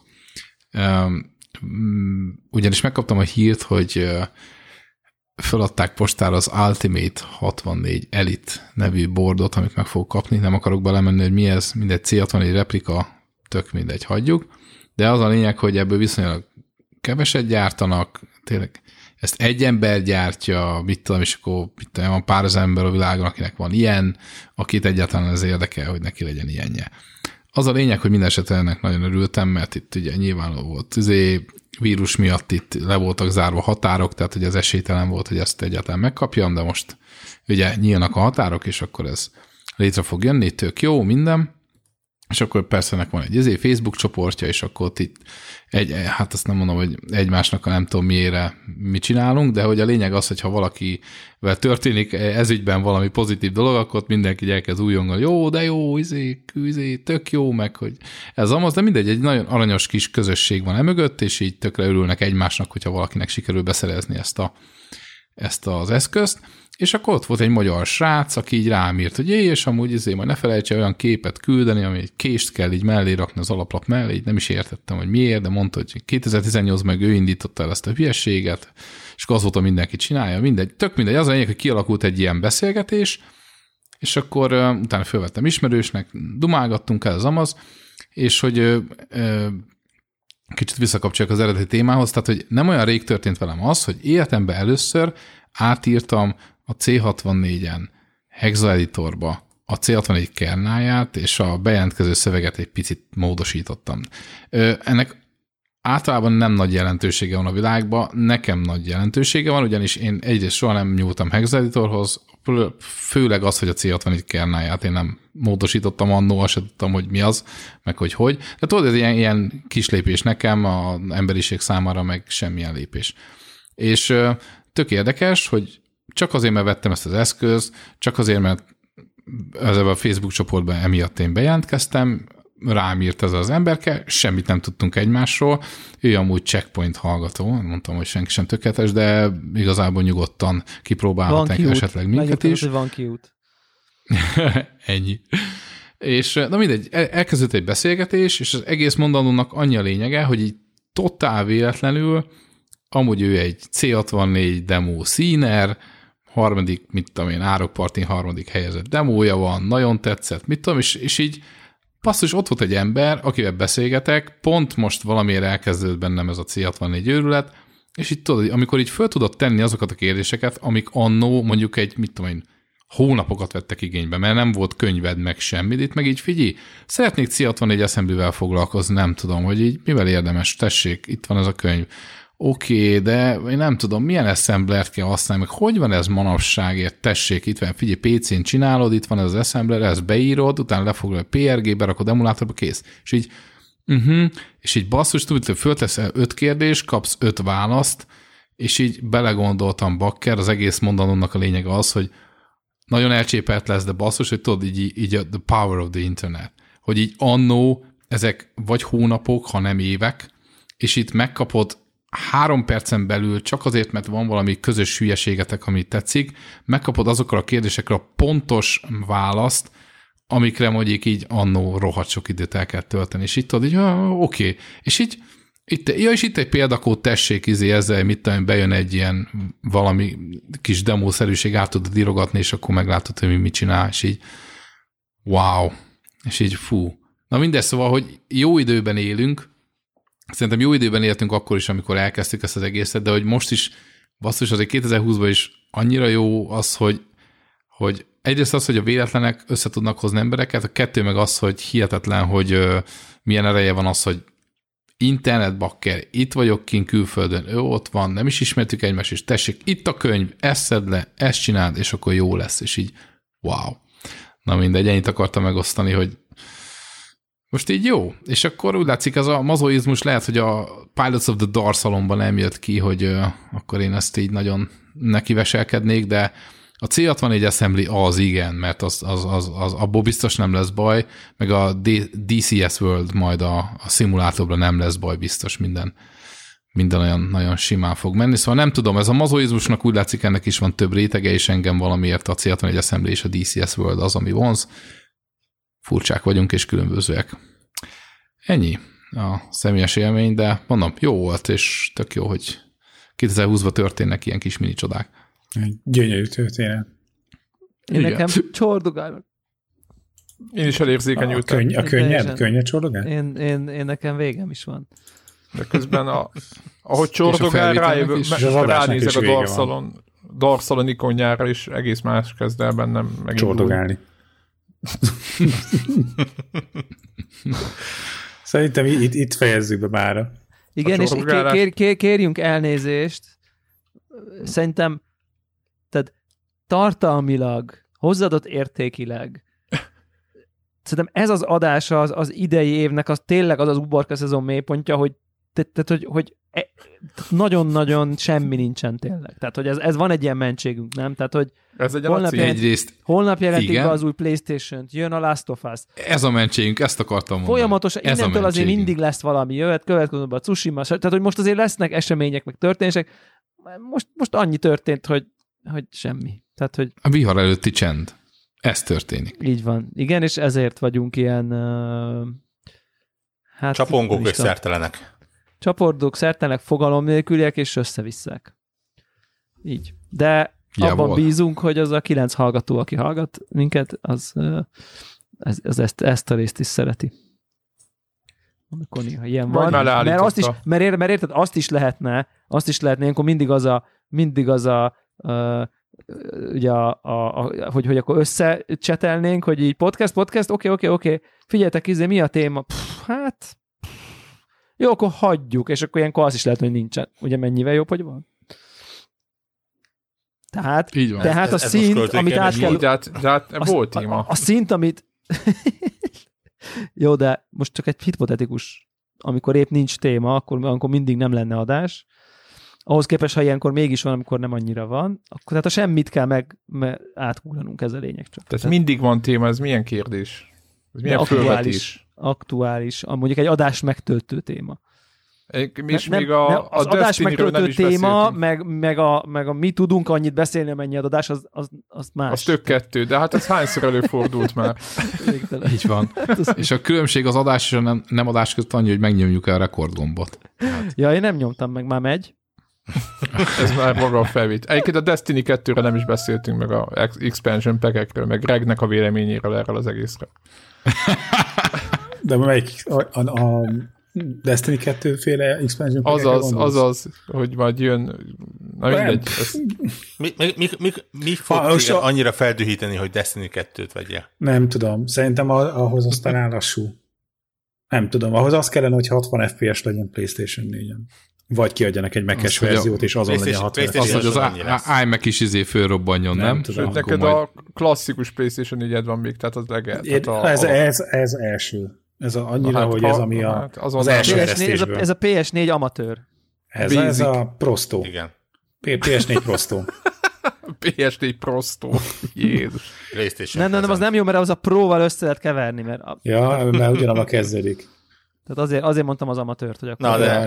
Ugyanis megkaptam a hírt, hogy feladták postára az Ultimate 64 Elite nevű boardot, amit meg fogok kapni. Nem akarok belemenni, hogy mi ez, mindegy C64 replika, tök mindegy, hagyjuk. De az a lényeg, hogy ebből viszonylag keveset gyártanak, tényleg ezt egy ember gyártja, mit tudom, és akkor van pár az ember a világon, akinek van ilyen, akit egyáltalán ez érdekel, hogy neki legyen ilyenje. Az a lényeg, hogy minden esetre ennek nagyon örültem, mert itt ugye nyilván volt vírus miatt itt le voltak zárva határok, tehát hogy az esélytelen volt, hogy ezt egyáltalán megkapjam, de most ugye nyílnak a határok, és akkor ez létre fog jönni, tök jó, minden. és akkor persze ennek van egy Facebook csoportja, és akkor ott itt hát azt nem mondom, hogy egymásnak nem tudom miére mit csinálunk, de hogy a lényeg az, hogyha valakivel történik ezügyben valami pozitív dolog, akkor ott mindenki elkezd újongani, jó, de jó, tök jó, meg hogy ez amaz, de mindegy, egy nagyon aranyos kis közösség van emögött, és így tökre örülnek egymásnak, hogyha valakinek sikerül beszerezni ezt az eszközt, és akkor ott volt egy magyar srác, aki így rám írt, hogy és amúgy majd ne felejtse olyan képet küldeni, ami egy kést kell így mellé rakni az alaplap mellé, így nem is értettem, hogy miért, de mondta, hogy 2018-ban meg ő indította el ezt a hülyeséget, és akkor azóta mindenki csinálja, tök mindegy, az a lényeg, hogy kialakult egy ilyen beszélgetés, és akkor utána fölvettem ismerősnek, dumálgattunk el az amaz, és hogy kicsit visszakapcsoljuk az eredeti témához, tehát hogy nem olyan rég történt velem az, hogy életemben először átírtam a C64-en hexaeditorba a C64 kernáját, és a bejelentkező szöveget egy picit módosítottam. Ennek általában nem nagy jelentősége van a világban, nekem nagy jelentősége van, ugyanis én egyrészt soha nem nyúltam hexaeditorhoz, főleg az, hogy a C64 kernáját én nem módosítottam annó, azt sem tudtam, hogy mi az, meg hogy. De tudod, ez ilyen kis lépés nekem, az emberiség számára meg semmilyen lépés. És tök érdekes, hogy csak azért, mert vettem ezt az eszközt, csak azért, mert ezzel a Facebook csoportban emiatt én bejelentkeztem, rám írt ez az emberke, semmit nem tudtunk egymásról, ő amúgy Checkpoint hallgató, mondtam, hogy senki sem tökéletes, de igazából nyugodtan kipróbálhatnak esetleg minket is. Van kiút. Ennyi. És na mindegy, elkezdődött egy beszélgetés, és az egész mondanónak annyi a lényege, hogy így totál véletlenül amúgy ő egy C64 demo színer, Árokpartin harmadik helyezett demója van, nagyon tetszett, mit tudom, és így basszus, ott volt egy ember, akivel beszélgetek, pont most valamiért elkezdődött bennem ez a C64 őrület, és így tudod, amikor így föl tudod tenni azokat a kérdéseket, amik annó mondjuk egy, hónapokat vettek igénybe, mert nem volt könyved meg semmit, itt meg így figyelj, szeretnék C64 assemblyvel foglalkozni, nem tudom, hogy így mivel érdemes, tessék, itt van ez a könyv. Oké, de én nem tudom, milyen assemblert kell használni, meg hogy van ez manapságért, tessék, itt van, figyelj, PC-n csinálod, itt van ez az assembler, ezt beírod, utána lefoglalod a PRG-be, rakod emulátorba, kész. És így basszus, tudod, hogy fölteszel 5 kérdést, kapsz 5 választ, és így belegondoltam, bakker, az egész mondanónak a lényeg az, hogy nagyon elcsépelt lesz, de basszus, hogy tudod, így a the power of the internet, hogy így annó ezek vagy hónapok, ha nem évek, és itt megkapod 3 percen belül, csak azért, mert van valami közös hülyeségetek, amit tetszik, megkapod azokkal a kérdésekre a pontos választ, amikre mondjuk így annó rohadt sok időt el kell tölteni. És itt tudod, így, oké. És így, itt egy példakód, tessék, ezzel, bejön egy ilyen valami kis demószerűség, át tudod írogatni, és akkor meglátod, hogy mit csinál, és így wow. És így fú. Na mindez, szóval, hogy jó időben élünk, szerintem jó időben éltünk akkor is, amikor elkezdtük ezt az egészet, de hogy most is, basszus, azért 2020-ban is annyira jó az, hogy egyrészt az, hogy a véletlenek össze tudnak hozni embereket, a kettő meg az, hogy hihetetlen, hogy milyen ereje van az, hogy internetbakker, itt vagyok kint külföldön, ő ott van, nem is ismertük egymást, és tessék, itt a könyv, ezt szedd le, ezt csináld, és akkor jó lesz, és így wow. Na mindegy, ennyit akartam megosztani, hogy most így jó, és akkor úgy látszik, ez a mazoizmus lehet, hogy a Pilots of the Dark szalomban nem jött ki, hogy akkor én ezt így nagyon nekiveselkednék, de a C64 Assembly az igen, mert az abból biztos nem lesz baj, meg a DCS World majd a szimulátorban nem lesz baj, biztos minden olyan nagyon simán fog menni. Szóval nem tudom, ez a mazoizmusnak úgy látszik, ennek is van több rétege, és engem valamiért a C64 Assembly és a DCS World az, ami vonz. Furcsák vagyunk és különbözőek. Ennyi a személyes élmény, de mondom, jó volt, és tök jó, hogy 2020-ban történnek ilyen kis mini csodák. Gyönyörű történet. Én nekem csordogálok. Én is elérzékenyültem. A könnyed csordogál? Én nekem végem is van. De közben ahogy csordogál, ránézek a Dark-Salon ikonjára, és egész más kezd el bennem megindulni. Csordogálni. Szerintem itt fejezzük be mára. Igen, és kérjünk elnézést. Szerintem tehát tartalmilag, hozzáadott értékileg szerintem ez az adás az idei évnek az tényleg az uborka szezon mélypontja, hogy nagyon-nagyon semmi nincsen tényleg. Tehát, hogy ez van egy ilyen mentségünk, nem? Tehát, hogy ez egy holnap jelentik be az új PlayStation-t, jön a Last of Us. Ez a mentségünk, ezt akartam mondani. Folyamatosan, innentől azért mindig lesz valami következőben a Tsushima, tehát, hogy most azért lesznek események, meg történések. Most annyi történt, hogy semmi. Tehát, hogy a vihar előtti csend. Ez történik. Így van. Igen, és ezért vagyunk ilyen csapongók és szertelenek. Csapordók, szertelenek, fogalom nélküliek és összevisszák. Így. De abban bízunk, hogy az a 9 hallgató, aki hallgat minket, az ezt a részt is szereti. Amikor néha ilyen van. Mert érted, azt is lehetne, ilyenkor mindig az a ugye hogy akkor összecsetelnénk, hogy így podcast, oké, figyeljetek, mi a téma? Jó, akkor hagyjuk, és akkor ilyenkor az is lehet, hogy nincsen. Ugye mennyivel jobb, hogy van? Tehát a szint, amit át kell... De volt téma. A szint, amit... Jó, de most csak egy hipotetikus, amikor épp nincs téma, akkor mindig nem lenne adás. Ahhoz képest, ha ilyenkor mégis van, amikor nem annyira van, akkor tehát a semmit kell áthúllanunk, ez a lényeg csak. Tehát mindig van téma, ez milyen kérdés? Ez milyen fölvetés? Aktuális, mondjuk egy adás megtöltő téma. És még az adás megtöltő téma, meg a mi tudunk annyit beszélni, amennyi adás, az más. Az tök kettő, de hát ez hányszor előfordult már? Így van. És a különbség az adás és a nem adás között annyi, hogy megnyomjuk el a rekordgombot. Ja, én nem nyomtam meg, már megy. Ez már maga a felvét. Egyébként a Destiny 2-re nem is beszéltünk, meg a expansion pack-ekről, meg Gregnek a véleményéről erről az egészre. De melyik a Destiny 2-féle expansion pack-ekre azaz, hogy majd jön... Na mindegy. Mi fog annyira feldühíteni, hogy Destiny 2-t vegyél? Nem tudom. Szerintem ahhoz aztán lassú. Nem tudom. Ahhoz az kellene, hogy 60 FPS legyen PlayStation 4-en. Vagy kiadjanak egy Mac-es verziót, és azon legyen 60 FPS. Az, hogy az iMac is fölrobbanjon, nem? Sőt, neked a klasszikus PlayStation 4-ed van még, tehát az Ez első. Ez annyira, hogy ez ami az első eresztésből. Ez a PS4 amatőr. Ez a Prosto. Igen. PS4 Prosto. PS4 Prosto. Jézus. Nem, az nem jó, mert az a Pro-val össze lehet keverni. Mert mert ugyanabban kezdődik. Tehát azért mondtam az amatőrt, hogy akkor... Na, de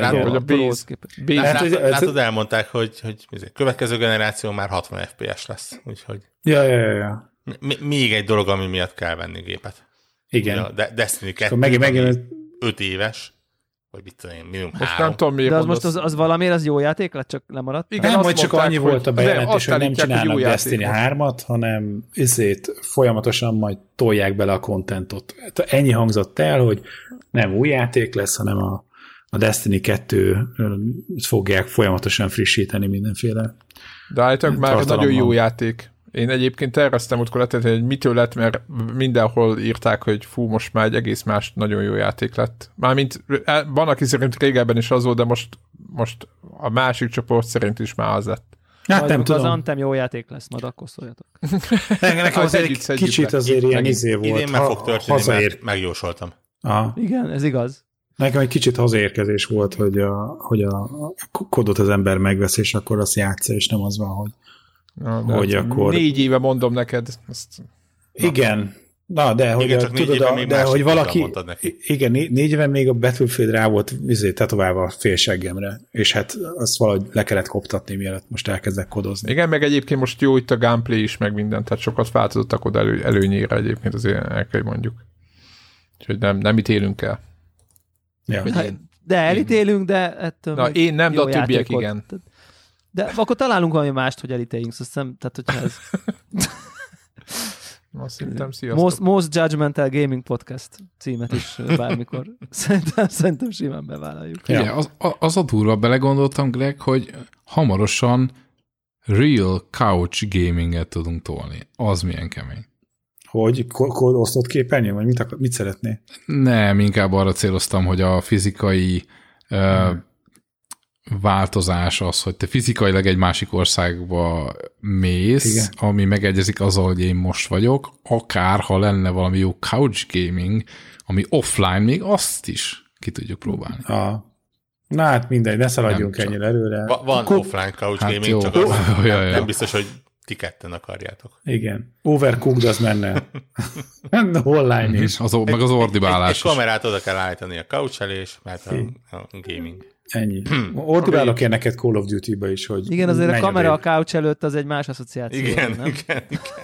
látod, elmondták, hogy következő generáció már 60 FPS lesz. Úgyhogy... Ja. Még egy dolog, ami miatt kell venni gépet. Igen. A Destiny 2 5 éves, vagy mit tudom én, minimum 3. De az most az valamiért az jó játék lett, csak lemaradt? Igen, nem, hogy csak annyi volt a bejelentés, hogy nem csinálnak Destiny 3-at, hanem folyamatosan majd tolják bele a contentot. Ennyi hangzott el, hogy nem új játék lesz, hanem a Destiny 2 fogják folyamatosan frissíteni mindenféle. De állítólag már nagyon jó játék. Én egyébként terveztem útkor letenni, hogy mitől lett, mert mindenhol írták, hogy fú, most már egy egész más nagyon jó játék lett. Mármint van, aki szerint régebben is az volt, de most a másik csoport szerint is már az lett. Hát nem tudom. Az Anthem jó játék lesz, majd akkor szóljatok. Nekem azért kicsit azért ilyen volt. Idén meg fog történni, mert megjósoltam. Igen, ez igaz. Nekem egy kicsit hazaérkezés volt, hogy a kodot az ember megvesz, és akkor azt játsza, és nem az van, hogy akkor... 4 éve mondom neked. Igen. Na, de hogy, igen, tudod, de hogy valaki... Igen, 4 éve még a Battlefield rá volt tetoválva a félseggemre, és hát azt valahogy le kellett koptatni, mielőtt most elkezdek kodozni. Igen, meg egyébként most jó itt a gameplay is, meg minden, tehát sokat változottak oda előnyére egyébként, azért el kell mondjuk. Úgyhogy nem ítélünk el. Ja. De elítélünk, de ettől na, én nem, de a többiek igen. De akkor találunk valami mást, hogy elítéljünk, szóval tehát hogyha ez... Azt hittem, sziasztok. Most Judgmental Gaming Podcast címet is bármikor. Szerintem simán bevállaljuk. Igen, az a durva, belegondoltam, Greg, hogy hamarosan real couch gaminget tudunk tolni. Az milyen kemény. Hogy osztott képernyőn, vagy mit szeretné? Nem, inkább arra céloztam, hogy a fizikai változás az, hogy te fizikailag egy másik országba mész, igen, ami megegyezik azzal, hogy én most vagyok, akár ha lenne valami jó couch gaming, ami offline, még azt is ki tudjuk próbálni. Na hát mindegy, ne szaladjunk ennyire előre. Van offline couch gaming, jó. csak nem biztos, hogy ti ketten akarjátok. Igen. Overcooked az menne. Online is. Meg az ordibálás egy kamerát oda kell állítani a couch elé, és mert a gaming. Ennyi. Ordibálok én neked Call of Duty-ba is, hogy... Igen, azért a kamera a couch előtt az egy más asszociáció. Igen, nem? igen.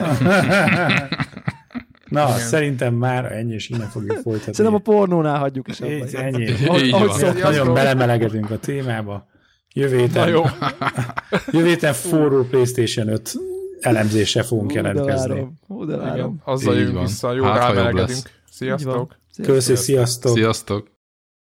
Na, igen. Szerintem már ennyi, és innen fogjuk folytatni. Szerintem a pornónál hagyjuk is abban. Ennyi. Nagyon belemelegedünk a témába. Jövő héten forró PlayStation 5 elemzéssel fogunk jelentkezni. Várom. Azzal jövünk vissza, jó rámelegedünk. Sziasztok! Köszi, sziasztok! Sziasztok!